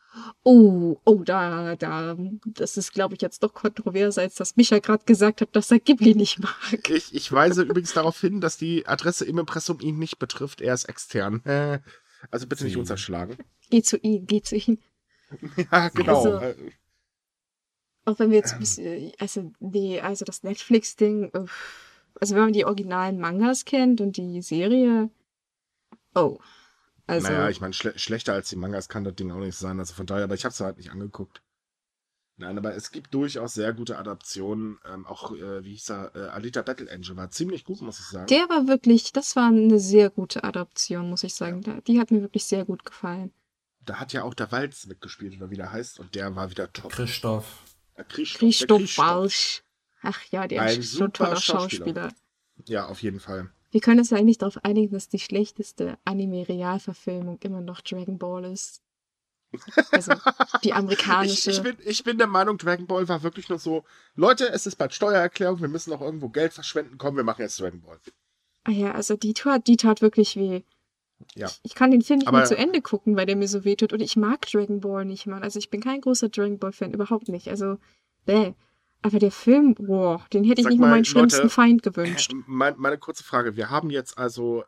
Das ist, glaube ich, jetzt doch kontroverser, als dass Micha gerade gesagt hat, dass er Ghibli nicht mag. Ich weise übrigens darauf hin, dass die Adresse im Impressum ihn nicht betrifft. Er ist extern. Also bitte nicht unterschlagen. Geh zu ihm. Ja, genau. Also, auch wenn wir jetzt ein bisschen, also das Netflix-Ding, also wenn man die originalen Mangas kennt und die Serie, also. Naja, ich meine, schlechter als die Mangas kann das Ding auch nicht sein, also von daher, aber ich habe es halt nicht angeguckt. Nein, aber es gibt durchaus sehr gute Adaptionen, auch, wie hieß er, Alita Battle Angel war ziemlich gut, muss ich sagen. Das war eine sehr gute Adaption, muss ich sagen. Ja. Die hat mir wirklich sehr gut gefallen. Da hat ja auch der Walz mitgespielt, oder wie der heißt, und der war wieder top. Christoph Waltz. Ach ja, der ist so ein toller Schauspieler. Ja, auf jeden Fall. Wir können uns ja eigentlich darauf einigen, dass die schlechteste Anime-Realverfilmung immer noch Dragon Ball ist. Also die amerikanische. Ich bin der Meinung, Dragon Ball war wirklich nur so, Leute, es ist bald Steuererklärung, wir müssen noch irgendwo Geld verschwenden, komm, wir machen jetzt Dragon Ball. Ah ja, also die tat wirklich weh. Ja. Ich kann den Film nicht mehr zu Ende gucken, weil der mir so wehtut. Und ich mag Dragon Ball nicht, Mann. Also ich bin kein großer Dragon Ball-Fan, überhaupt nicht. Also, Aber der Film, den hätte ich nicht mal meinen schlimmsten Feind gewünscht. Meine kurze Frage. Wir haben jetzt also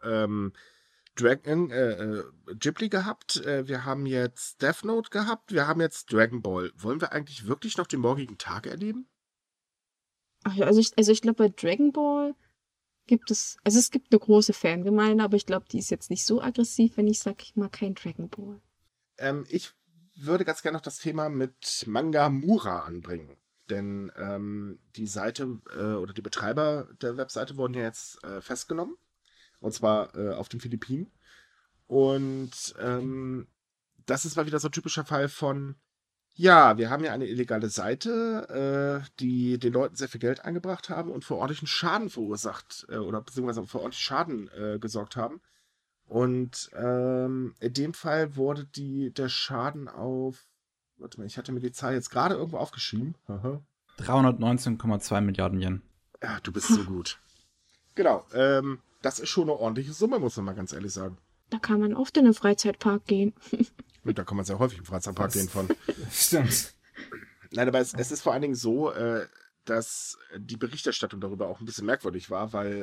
Ghibli gehabt, wir haben jetzt Death Note gehabt, wir haben jetzt Dragon Ball. Wollen wir eigentlich wirklich noch den morgigen Tag erleben? Ach ja, also ich glaube bei Dragon Ball es gibt eine große Fangemeinde, aber ich glaube, die ist jetzt nicht so aggressiv, wenn ich sage, ich mag kein Dragon Ball. Ich würde ganz gerne noch das Thema mit Manga Mura anbringen. Denn die Seite oder die Betreiber der Webseite wurden ja jetzt festgenommen. Und zwar auf den Philippinen. Und das ist mal wieder so ein typischer Fall von, ja, wir haben ja eine illegale Seite, die den Leuten sehr viel Geld eingebracht haben und für ordentlichen Schaden verursacht oder beziehungsweise für ordentlichen Schaden gesorgt haben. Und in dem Fall wurde der Schaden auf, warte mal, ich hatte mir die Zahl jetzt gerade irgendwo aufgeschrieben. Aha. 319,2 Milliarden Yen. Ja, du bist so gut. Genau, das ist schon eine ordentliche Summe, muss man mal ganz ehrlich sagen. Da kann man oft in den Freizeitpark gehen. Und da kann man sehr häufig im Freizeitpark gehen von. Stimmt. Nein, aber es ist vor allen Dingen so, dass die Berichterstattung darüber auch ein bisschen merkwürdig war, weil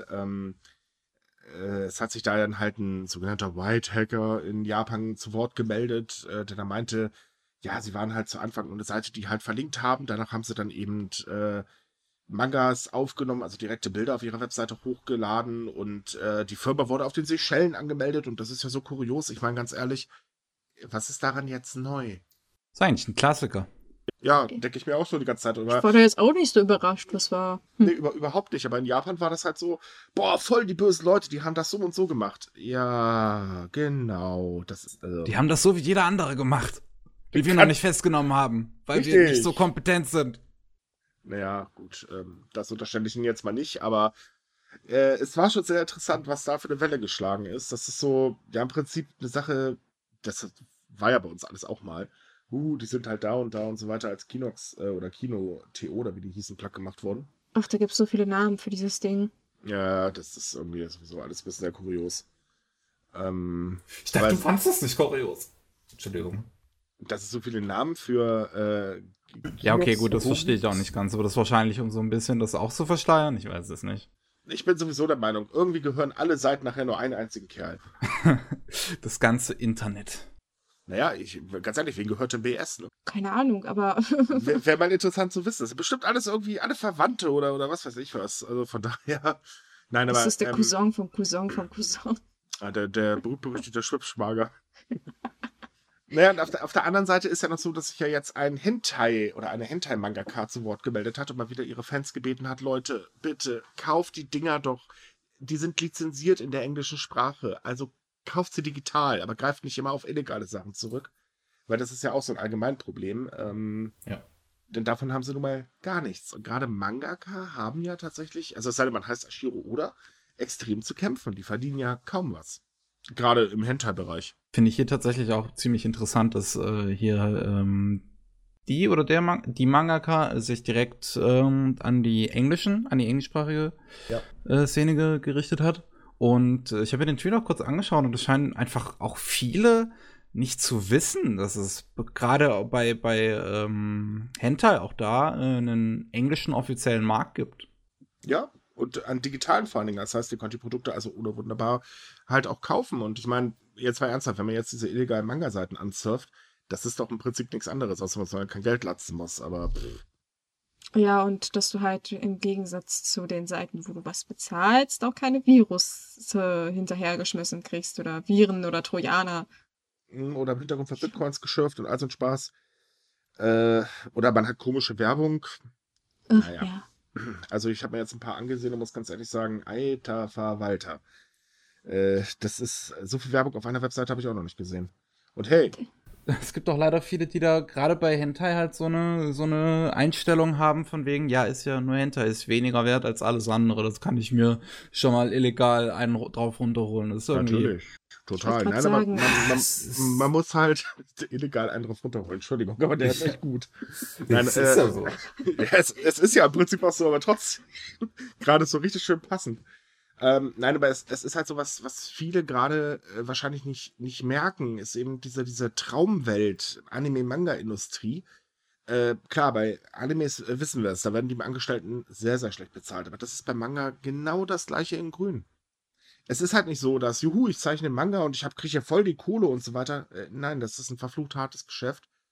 es hat sich da dann halt ein sogenannter White Hacker in Japan zu Wort gemeldet, der da meinte, ja, sie waren halt zu Anfang eine Seite, die halt verlinkt haben. Danach haben sie dann eben Mangas aufgenommen, also direkte Bilder auf ihrer Webseite hochgeladen und die Firma wurde auf den Seychellen angemeldet und das ist ja so kurios. Ich meine, ganz ehrlich, was ist daran jetzt neu? Ist eigentlich ein Klassiker. Ja, denke ich mir auch so die ganze Zeit. Ich war da jetzt auch nicht so überrascht, was war. Nee, überhaupt nicht. Aber in Japan war das halt so, boah, voll die bösen Leute, die haben das so und so gemacht. Ja, genau. Das ist, Die haben das so wie jeder andere gemacht. Die wir noch nicht festgenommen haben, weil wir Richtig. nicht so kompetent sind. Naja, gut, das unterstelle ich Ihnen jetzt mal nicht, aber es war schon sehr interessant, was da für eine Welle geschlagen ist. Das ist so, ja, im Prinzip eine Sache, das war ja bei uns alles auch mal. Die sind halt da und so weiter als Kinox oder Kino-TO oder wie die hießen, platt gemacht worden. Ach, da gibt es so viele Namen für dieses Ding. Ja, das ist irgendwie sowieso alles ein bisschen sehr kurios. Ich dachte, du fandst das nicht kurios. Entschuldigung. Dass es so viele Namen für Ja, okay, gut, das Kinox- verstehe ich auch nicht ganz, aber das ist wahrscheinlich, um so ein bisschen das auch zu verschleiern. Ich weiß es nicht. Ich bin sowieso der Meinung, irgendwie gehören alle Seiten nachher nur einen einzigen Kerl. Das ganze Internet. Naja, ganz ehrlich, wen gehört dem BS? Ne? Keine Ahnung, aber Wäre mal interessant zu wissen. Das sind bestimmt alles irgendwie, alle Verwandte oder was weiß ich was. Also von daher. Nein, aber. das ist der Cousin vom Cousin vom Cousin. Der berühmt-berüchtigte Schwibschwager. Naja, und auf der anderen Seite ist ja noch so, dass sich ja jetzt ein Hentai oder eine Hentai-Mangaka zu Wort gemeldet hat und mal wieder ihre Fans gebeten hat, Leute, bitte, kauft die Dinger doch. Die sind lizenziert in der englischen Sprache. Also kauft sie digital, aber greift nicht immer auf illegale Sachen zurück. Weil das ist ja auch so ein Allgemeinproblem. Ja. Denn davon haben sie nun mal gar nichts. Und gerade Mangaka haben ja tatsächlich, also es sei denn, man heißt Ashiro Oda, extrem zu kämpfen. Die verdienen ja kaum was. Gerade im Hentai-Bereich. Finde ich hier tatsächlich auch ziemlich interessant, dass hier die Mangaka sich direkt an die englischsprachige Szene gerichtet hat. Und ich habe mir den Tweet auch kurz angeschaut und es scheinen einfach auch viele nicht zu wissen, dass es gerade bei Hentai auch da einen englischen offiziellen Markt gibt. Ja, und an digitalen vor allen Dingen. Das heißt, ihr könnt die Produkte also ohne wunderbar halt auch kaufen. Und ich meine, jetzt mal ernsthaft, wenn man jetzt diese illegalen Manga-Seiten ansurft, das ist doch im Prinzip nichts anderes, außer dass man kein Geld latzen muss. Aber Ja, und dass du halt im Gegensatz zu den Seiten, wo du was bezahlst, auch keine Virus hinterhergeschmissen kriegst oder Viren oder Trojaner. oder im Hintergrund von Bitcoins geschürft und all so ein Spaß. Oder man hat komische Werbung. Naja. Ja. Also ich habe mir jetzt ein paar angesehen und muss ganz ehrlich sagen, alter Verwalter. Das ist, so viel Werbung auf einer Webseite habe ich auch noch nicht gesehen. Und hey, Es gibt doch leider viele, die da gerade bei Hentai halt so eine Einstellung haben von wegen, ja, ist ja nur Hentai, ist weniger wert als alles andere. Das kann ich mir schon mal illegal einen drauf runterholen. Das ist irgendwie natürlich, total. Ich wollt Nein, grad aber sagen, man muss halt illegal einen drauf runterholen. Entschuldigung, aber der ist echt gut. Nein, Das ist ja so. ja, es ist ja im Prinzip auch so, aber trotzdem gerade so richtig schön passend. Nein, aber es ist halt so was viele gerade wahrscheinlich nicht merken, ist eben diese Traumwelt, Anime-Manga-Industrie. Klar, bei Animes wissen wir es, da werden die Angestellten sehr, sehr schlecht bezahlt, aber das ist bei Manga genau das gleiche in Grün. Es ist halt nicht so, dass, juhu, ich zeichne Manga und kriege ja voll die Kohle und so weiter. Nein, das ist ein verflucht hartes Geschäft.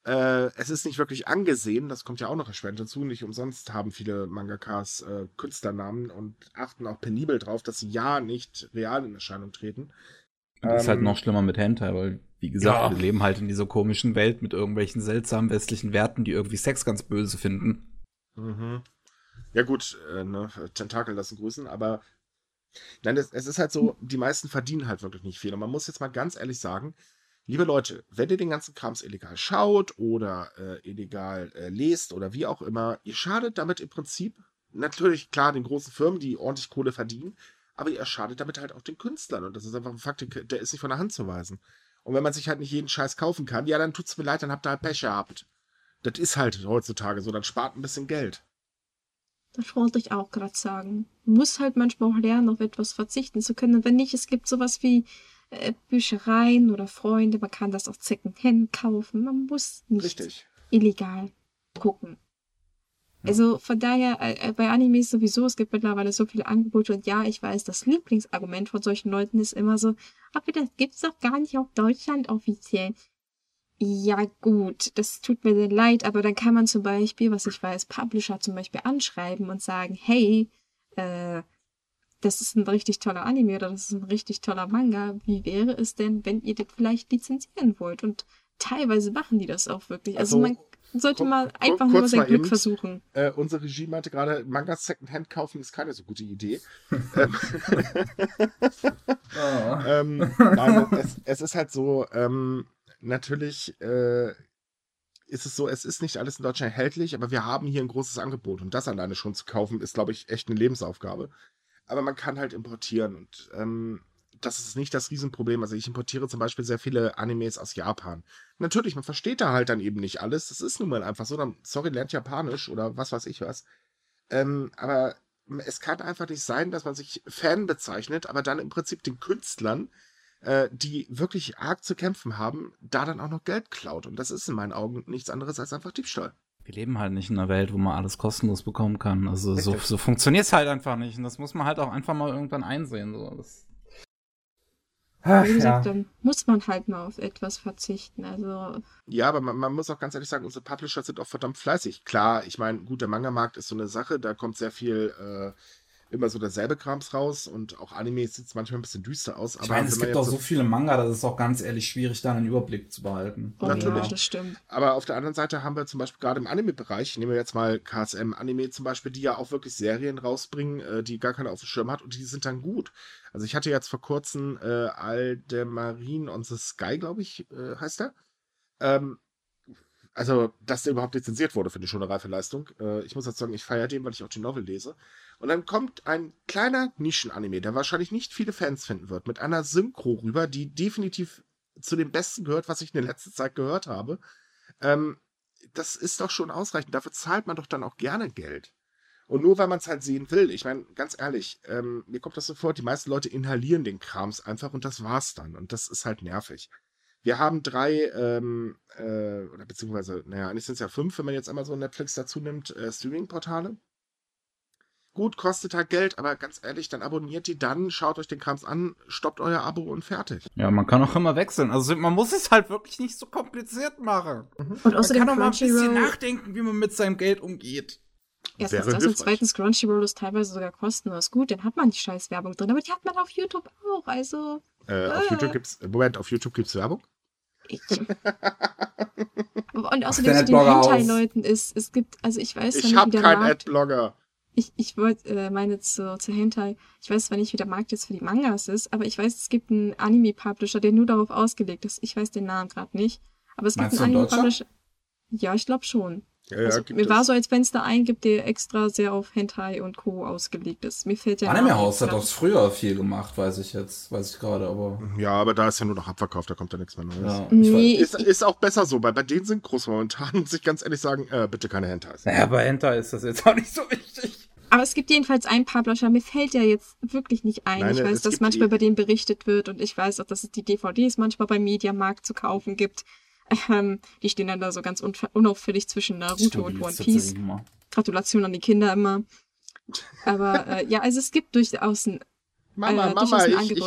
Es ist nicht wirklich angesehen, das kommt ja auch noch erschwerend dazu. Nicht umsonst haben viele Mangakas Künstlernamen und achten auch penibel drauf, dass sie ja nicht real in Erscheinung treten. Das ist halt noch schlimmer mit Hentai, weil, wie gesagt, Ja. wir leben halt in dieser komischen Welt mit irgendwelchen seltsamen westlichen Werten, die irgendwie Sex ganz böse finden. Mhm. Ja gut, Tentakel lassen grüßen, aber nein, es ist halt so, die meisten verdienen halt wirklich nicht viel. Und man muss jetzt mal ganz ehrlich sagen, liebe Leute, wenn ihr den ganzen Krams illegal schaut oder illegal lest oder wie auch immer, ihr schadet damit im Prinzip natürlich, klar, den großen Firmen, die ordentlich Kohle verdienen, aber ihr schadet damit halt auch den Künstlern. Und das ist einfach ein Fakt, der ist nicht von der Hand zu weisen. Und wenn man sich halt nicht jeden Scheiß kaufen kann, ja, dann tut's mir leid, dann habt ihr halt Pech gehabt. Das ist halt heutzutage so, dann spart ein bisschen Geld. Das wollte ich auch gerade sagen. Man muss halt manchmal auch lernen, auf etwas verzichten zu können. Und wenn nicht, es gibt sowas wie Büchereien oder Freunde, man kann das auch Secondhand kaufen. Man muss nicht Richtig. illegal gucken. Also von daher, bei Animes sowieso, es gibt mittlerweile so viele Angebote und ja, ich weiß, das Lieblingsargument von solchen Leuten ist immer so, aber das gibt's doch gar nicht auf Deutschland offiziell. Ja gut, das tut mir sehr leid, aber dann kann man zum Beispiel, was ich weiß, Publisher zum Beispiel anschreiben und sagen, hey, das ist ein richtig toller Anime oder das ist ein richtig toller Manga. Wie wäre es denn, wenn ihr das vielleicht lizenzieren wollt? Und teilweise machen die das auch wirklich. Also man sollte mal einfach nur kurz sein mal Glück eben, versuchen. Unser Regie meinte gerade, Manga Secondhand kaufen ist keine so gute Idee. Nein, es ist halt so, natürlich ist es so, es ist nicht alles in Deutschland erhältlich, aber wir haben hier ein großes Angebot und das alleine schon zu kaufen, ist, glaube ich, echt eine Lebensaufgabe. Aber man kann halt importieren und das ist nicht das Riesenproblem. Also ich importiere zum Beispiel sehr viele Animes aus Japan. Natürlich, man versteht da halt dann eben nicht alles. Das ist nun mal einfach so. Dann, sorry, lernt Japanisch oder was weiß ich was. Aber es kann einfach nicht sein, dass man sich Fan bezeichnet, aber dann im Prinzip den Künstlern, die wirklich arg zu kämpfen haben, da dann auch noch Geld klaut. Und das ist in meinen Augen nichts anderes als einfach Diebstahl. Wir leben halt nicht in einer Welt, wo man alles kostenlos bekommen kann. Also so Richtig. funktioniert es halt einfach nicht. Und das muss man halt auch einfach mal irgendwann einsehen. So. Wie gesagt, dann muss man halt mal auf etwas verzichten. Also Ja, aber man muss auch ganz ehrlich sagen, unsere Publisher sind auch verdammt fleißig. Klar, ich meine, gut, der Manga-Markt ist so eine Sache, da kommt sehr viel immer so derselbe Krams raus und auch Anime sieht manchmal ein bisschen düster aus. Ich Aber meine, es wenn man gibt jetzt auch so viele Manga, das ist auch ganz ehrlich schwierig, da einen Überblick zu behalten. oh Natürlich. ja, das stimmt. Aber auf der anderen Seite haben wir zum Beispiel gerade im Anime-Bereich, nehmen wir jetzt mal KSM Anime zum Beispiel, die ja auch wirklich Serien rausbringen, die gar keiner auf dem Schirm hat und die sind dann gut. Also ich hatte jetzt vor kurzem Aldemarin on the Sky, glaube ich, heißt der. Also, dass der überhaupt lizenziert wurde, finde ich schon eine reife Leistung. Ich muss jetzt sagen, ich feiere den, weil ich auch die Novel lese. Und dann kommt ein kleiner Nischen-Anime, der wahrscheinlich nicht viele Fans finden wird, mit einer Synchro rüber, die definitiv zu den besten gehört, was ich in der letzten Zeit gehört habe. Das ist doch schon ausreichend. Dafür zahlt man doch dann auch gerne Geld. Und nur weil man es halt sehen will, ich meine, ganz ehrlich, mir kommt das so vor, die meisten Leute inhalieren den Krams einfach und das war's dann. Und das ist halt nervig. Wir haben 3, oder beziehungsweise, naja, eigentlich sind es ja 5, wenn man jetzt Amazon Netflix dazu nimmt, Streaming-Portale. Gut, kostet halt Geld, aber ganz ehrlich, dann abonniert die dann, schaut euch den Krams an, stoppt euer Abo und fertig. Ja, man kann auch immer wechseln. Also man muss es halt wirklich nicht so kompliziert machen. Und Man außerdem kann auch mal ein bisschen Crunchyroll, nachdenken, wie man mit seinem Geld umgeht. erstens Wäre das und hilfreich. zweitens Crunchyroll ist teilweise sogar kostenlos. Gut, dann hat man die scheiß Werbung drin, aber die hat man auf YouTube auch, also Auf YouTube gibt's, auf YouTube gibt's Werbung? ich. Und außerdem der zu den Adblogger aus. Hentai-Leuten ist, es gibt, also ich weiß Ich nicht, habe wie der keinen Markt, Adblogger. ich wollte, meine zu Hentai, ich weiß zwar nicht, wie der Markt jetzt für die Mangas ist, aber ich weiß, es gibt einen Anime-Publisher, der nur darauf ausgelegt ist. Ich weiß den Namen gerade nicht, aber es gibt Meinst einen du in Deutschland? Anime-Publisher. Ja, ich glaube schon. Ja, Also, gibt mir war es. so, als wenn es da einen gibt, der extra sehr auf Hentai und Co. ausgelegt ist. Mir fällt der Anime Name House jetzt hat grad- doch früher viel gemacht, weiß ich gerade, aber. Ja, aber da ist ja nur noch abverkauft, da kommt ja nichts mehr Neues. Ja, Nee, Ist auch besser so, weil bei den Synchros momentan, muss ich ganz ehrlich sagen, bitte keine Hentais. Naja, bei Hentai ist das jetzt auch nicht so wichtig. Aber es gibt jedenfalls einen Publisher, mir fällt der jetzt wirklich nicht ein. Nein, ich weiß, es dass gibt manchmal bei denen berichtet wird und ich weiß auch, dass es die DVDs manchmal beim Mediamarkt zu kaufen gibt. Die stehen dann da so ganz unauffällig zwischen Naruto und One Piece. Gratulation an die Kinder immer. Aber ja, also es gibt durchaus ein Mama, durchaus Mama, ein ich, Angebot.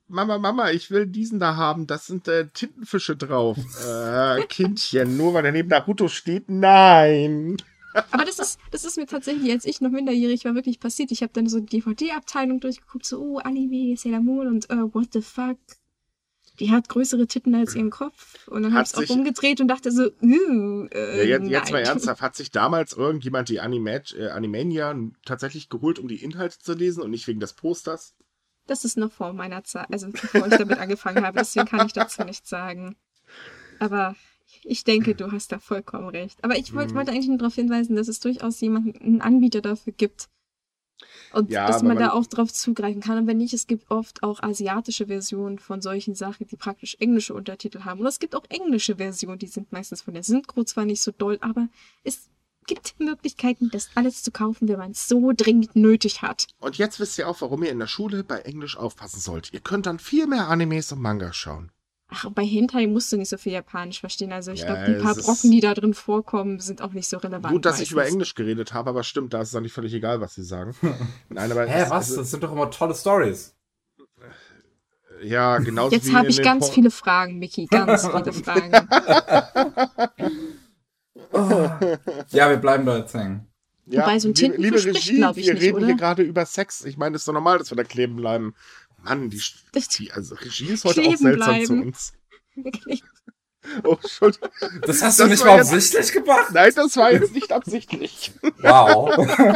Mama, ich will diesen da haben, das sind Tintenfische drauf. Kindchen, nur weil er neben Naruto steht, nein. Aber das ist mir tatsächlich, als ich noch minderjährig war, wirklich passiert. Ich habe dann so die DVD-Abteilung durchgeguckt, so, Anime, Sailor Moon und what the fuck. Die hat größere Titten als ihren Kopf. Und dann habe ich es auch umgedreht und dachte so, jetzt mal ernsthaft, hat sich damals irgendjemand die Animania tatsächlich geholt, um die Inhalte zu lesen und nicht wegen des Posters? Das ist noch vor meiner Zeit, also bevor ich damit angefangen habe, deswegen kann ich dazu nichts sagen. Aber ich denke, du hast da vollkommen recht. Aber ich wollte eigentlich nur darauf hinweisen, dass es durchaus einen Anbieter dafür gibt. Und Ja, dass aber man da auch drauf zugreifen kann. Und wenn nicht, es gibt oft auch asiatische Versionen von solchen Sachen, die praktisch englische Untertitel haben. Und es gibt auch englische Versionen, die sind meistens von der Synchro zwar nicht so doll, aber es gibt Möglichkeiten, das alles zu kaufen, wenn man es so dringend nötig hat. Und jetzt wisst ihr auch, warum ihr in der Schule bei Englisch aufpassen sollt. Ihr könnt dann viel mehr Animes und Mangas schauen. Ach, bei Hentai musst du nicht so viel Japanisch verstehen. Also ich Ja, glaube, die paar es ist- Brocken, die da drin vorkommen, sind auch nicht so relevant. Gut, dass ich meistens. über Englisch geredet habe, aber stimmt, da ist es dann nicht völlig egal, was sie sagen. Nein, aber Hä, was? Das sind doch immer tolle Stories. ja, genauso Jetzt wie habe in ich den ganz viele Fragen, Micky. Ganz viele Fragen. Ja, wir bleiben da jetzt hängen. Ja, Wobei so ein liebe Tintenfisch spricht, Regie, glaub ich, wir nicht, reden oder? hier gerade über Sex. Ich meine, es ist doch normal, dass wir da kleben bleiben. Mann, also Regie ist heute auch Kleben seltsam zu bleiben. uns. Wirklich. Oh, Entschuldigung. Das hast du Das nicht war mal jetzt- absichtlich gemacht? Nein, das war jetzt nicht absichtlich. Wow.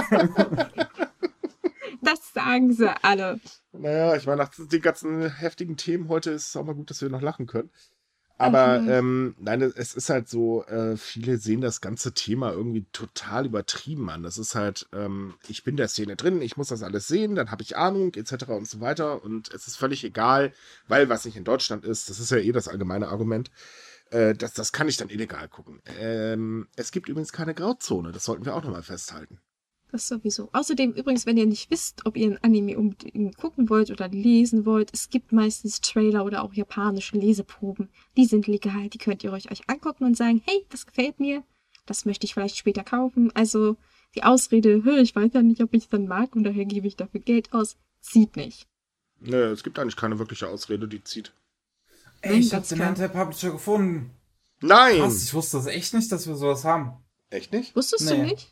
Das sagen sie alle. Naja, ich meine, nach den ganzen heftigen Themen heute ist es auch mal gut, dass wir noch lachen können. Aber nein, es ist halt so, viele sehen das ganze Thema irgendwie total übertrieben an. Das ist halt, ich bin der Szene drin, ich muss das alles sehen, dann habe ich Ahnung, etc. und so weiter. Und es ist völlig egal, weil was nicht in Deutschland ist, das ist ja eh das allgemeine Argument, das kann ich dann illegal gucken. Es gibt übrigens keine Grauzone, das sollten wir auch nochmal festhalten. Das sowieso. Außerdem übrigens, wenn ihr nicht wisst, ob ihr ein Anime unbedingt gucken wollt oder lesen wollt, es gibt meistens Trailer oder auch japanische Leseproben. Die sind legal, die könnt ihr euch angucken und sagen, hey, das gefällt mir, das möchte ich vielleicht später kaufen. Also die Ausrede, ich weiß ja nicht, ob ich es dann mag und daher gebe ich dafür Geld aus, zieht nicht. Nö, es gibt eigentlich keine wirkliche Ausrede, die zieht. Ey, ich hab Ganz den klar. Hentai-Publisher gefunden. Nein! Krass, ich wusste das echt nicht, dass wir sowas haben. Echt nicht? Wusstest du Nee. nicht?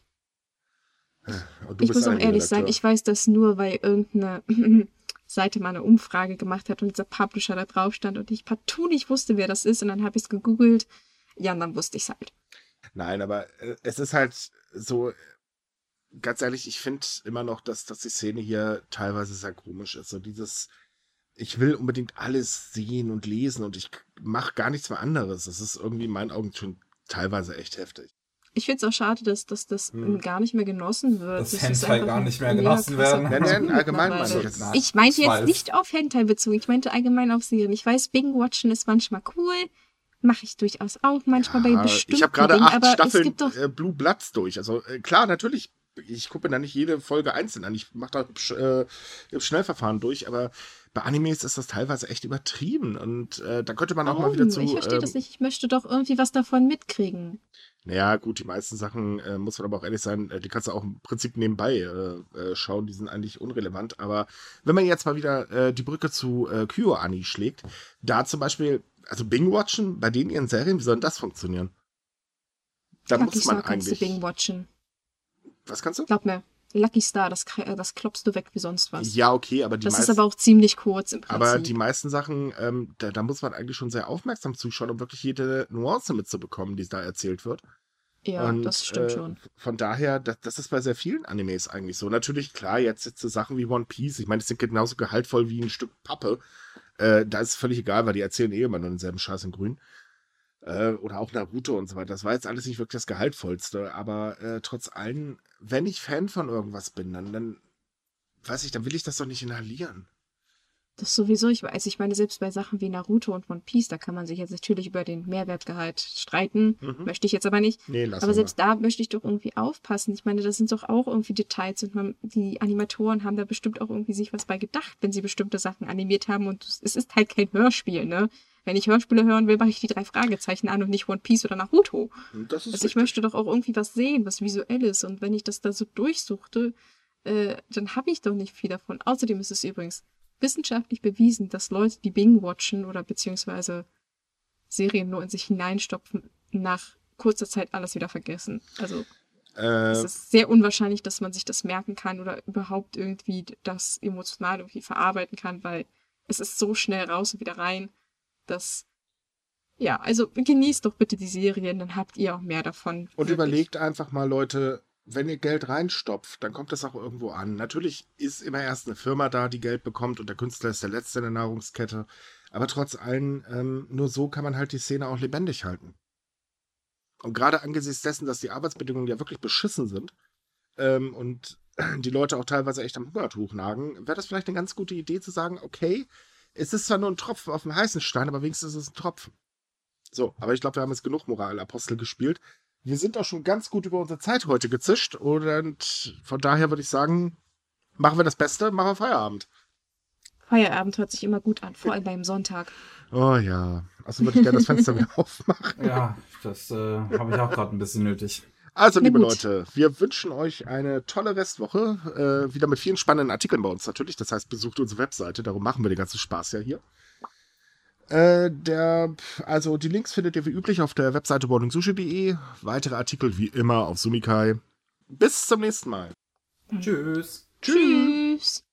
Und du Ich bist muss auch ehrlich sein, Anime-Redakteur. ich weiß das nur, weil irgendeine Seite mal eine Umfrage gemacht hat und dieser Publisher da drauf stand und ich partout nicht wusste, wer das ist und dann habe ich es gegoogelt. Ja, und dann wusste ich es halt. Nein, aber es ist halt so, ganz ehrlich, ich finde immer noch, dass die Szene hier teilweise sehr komisch ist. So dieses, ich will unbedingt alles sehen und lesen und ich mache gar nichts mehr anderes. Das ist irgendwie in meinen Augen schon teilweise echt heftig. Ich finde es auch schade, dass das gar nicht mehr genossen wird. Dass Das ist Hentai einfach gar ein nicht mehr mega genossen krasser werden. Konsum Nein, allgemein meine mittlerweile. ich jetzt. Nein. Ich meinte Ich jetzt weiß. nicht auf Hentai bezogen, ich meinte allgemein auf Serien. Ich weiß, Binge-Watchen ist manchmal cool, mache ich durchaus auch manchmal bei bestimmten ich habe gerade Dingen, 8 aber es Staffeln gibt doch Blue Bloods durch. Also klar, natürlich, ich gucke mir da nicht jede Folge einzeln an. Ich mache da im Schnellverfahren durch, aber bei Animes ist das teilweise echt übertrieben. Und da könnte man auch mal wieder zu... Ich verstehe das nicht. Ich möchte doch irgendwie was davon mitkriegen. Naja, gut, die meisten Sachen, muss man aber auch ehrlich sein, die kannst du auch im Prinzip nebenbei schauen, die sind eigentlich unrelevant. Aber wenn man jetzt mal wieder die Brücke zu KyoAni schlägt, da zum Beispiel, also Binge-Watchen, bei denen ihren Serien, wie soll denn das funktionieren? Da Lucky muss man Star kannst du eigentlich... Binge-Watchen. Was kannst du? Glaub mir, Lucky Star, das klopfst du weg wie sonst was. Ja, okay, aber Das ist aber auch ziemlich kurz im Prinzip. aber die meisten Sachen, da muss man eigentlich schon sehr aufmerksam zuschauen, um wirklich jede Nuance mitzubekommen, die da erzählt wird. ja, Und, das stimmt schon. Von daher, das ist bei sehr vielen Animes eigentlich so. Natürlich, klar, jetzt so Sachen wie One Piece, ich meine, die sind genauso gehaltvoll wie ein Stück Pappe. Da ist es völlig egal, weil die erzählen eh immer nur denselben Scheiß in Grün. Oder auch Naruto und so weiter. Das war jetzt alles nicht wirklich das Gehaltvollste, aber trotz allem, wenn ich Fan von irgendwas bin, dann weiß ich, dann will ich das doch nicht inhalieren. Das sowieso, ich meine, selbst bei Sachen wie Naruto und One Piece, da kann man sich jetzt natürlich über den Mehrwertgehalt streiten. Möchte ich jetzt aber nicht. Nee, lass Aber mal. selbst da möchte ich doch irgendwie aufpassen. Ich meine, das sind doch auch irgendwie Details und die Animatoren haben da bestimmt auch irgendwie sich was bei gedacht, wenn sie bestimmte Sachen animiert haben und es ist halt kein Hörspiel, ne? Wenn ich Hörspiele hören will, mache ich die 3 Fragezeichen an und nicht One Piece oder Naruto. Das ist Also ich möchte doch auch irgendwie was sehen, was visuell ist. Und wenn ich das da so durchsuchte, dann habe ich doch nicht viel davon. Außerdem ist es übrigens wissenschaftlich bewiesen, dass Leute, die Binge-watchen oder beziehungsweise Serien nur in sich hineinstopfen, nach kurzer Zeit alles wieder vergessen. Also es ist sehr unwahrscheinlich, dass man sich das merken kann oder überhaupt irgendwie das emotional irgendwie verarbeiten kann, weil es ist so schnell raus und wieder rein, dass ja, also genießt doch bitte die Serien, dann habt ihr auch mehr davon. Und wirklich. überlegt einfach mal, Leute, wenn ihr Geld reinstopft, dann kommt das auch irgendwo an. Natürlich ist immer erst eine Firma da, die Geld bekommt und der Künstler ist der Letzte in der Nahrungskette. Aber trotz allem, nur so kann man halt die Szene auch lebendig halten. Und gerade angesichts dessen, dass die Arbeitsbedingungen ja wirklich beschissen sind und die Leute auch teilweise echt am Hungertuch nagen, wäre das vielleicht eine ganz gute Idee zu sagen, okay, es ist zwar nur ein Tropfen auf dem heißen Stein, aber wenigstens ist es ein Tropfen. So, aber ich glaube, wir haben jetzt genug Moralapostel gespielt. Wir sind auch schon ganz gut über unsere Zeit heute gezischt und von daher würde ich sagen, machen wir das Beste, machen wir Feierabend. Feierabend hört sich immer gut an, vor allem beim Sonntag. Oh ja, also würde ich gerne das Fenster wieder aufmachen. Ja, das habe ich auch gerade ein bisschen nötig. Also, Na liebe gut. Leute, wir wünschen euch eine tolle Restwoche. Wieder mit vielen spannenden Artikeln bei uns natürlich. Das heißt, besucht unsere Webseite, darum machen wir den ganzen Spaß ja hier. Also die Links findet ihr wie üblich auf der Webseite morningsushi.de. Weitere Artikel wie immer auf Sumikai. Bis zum nächsten Mal. Tschüss. Tschüss.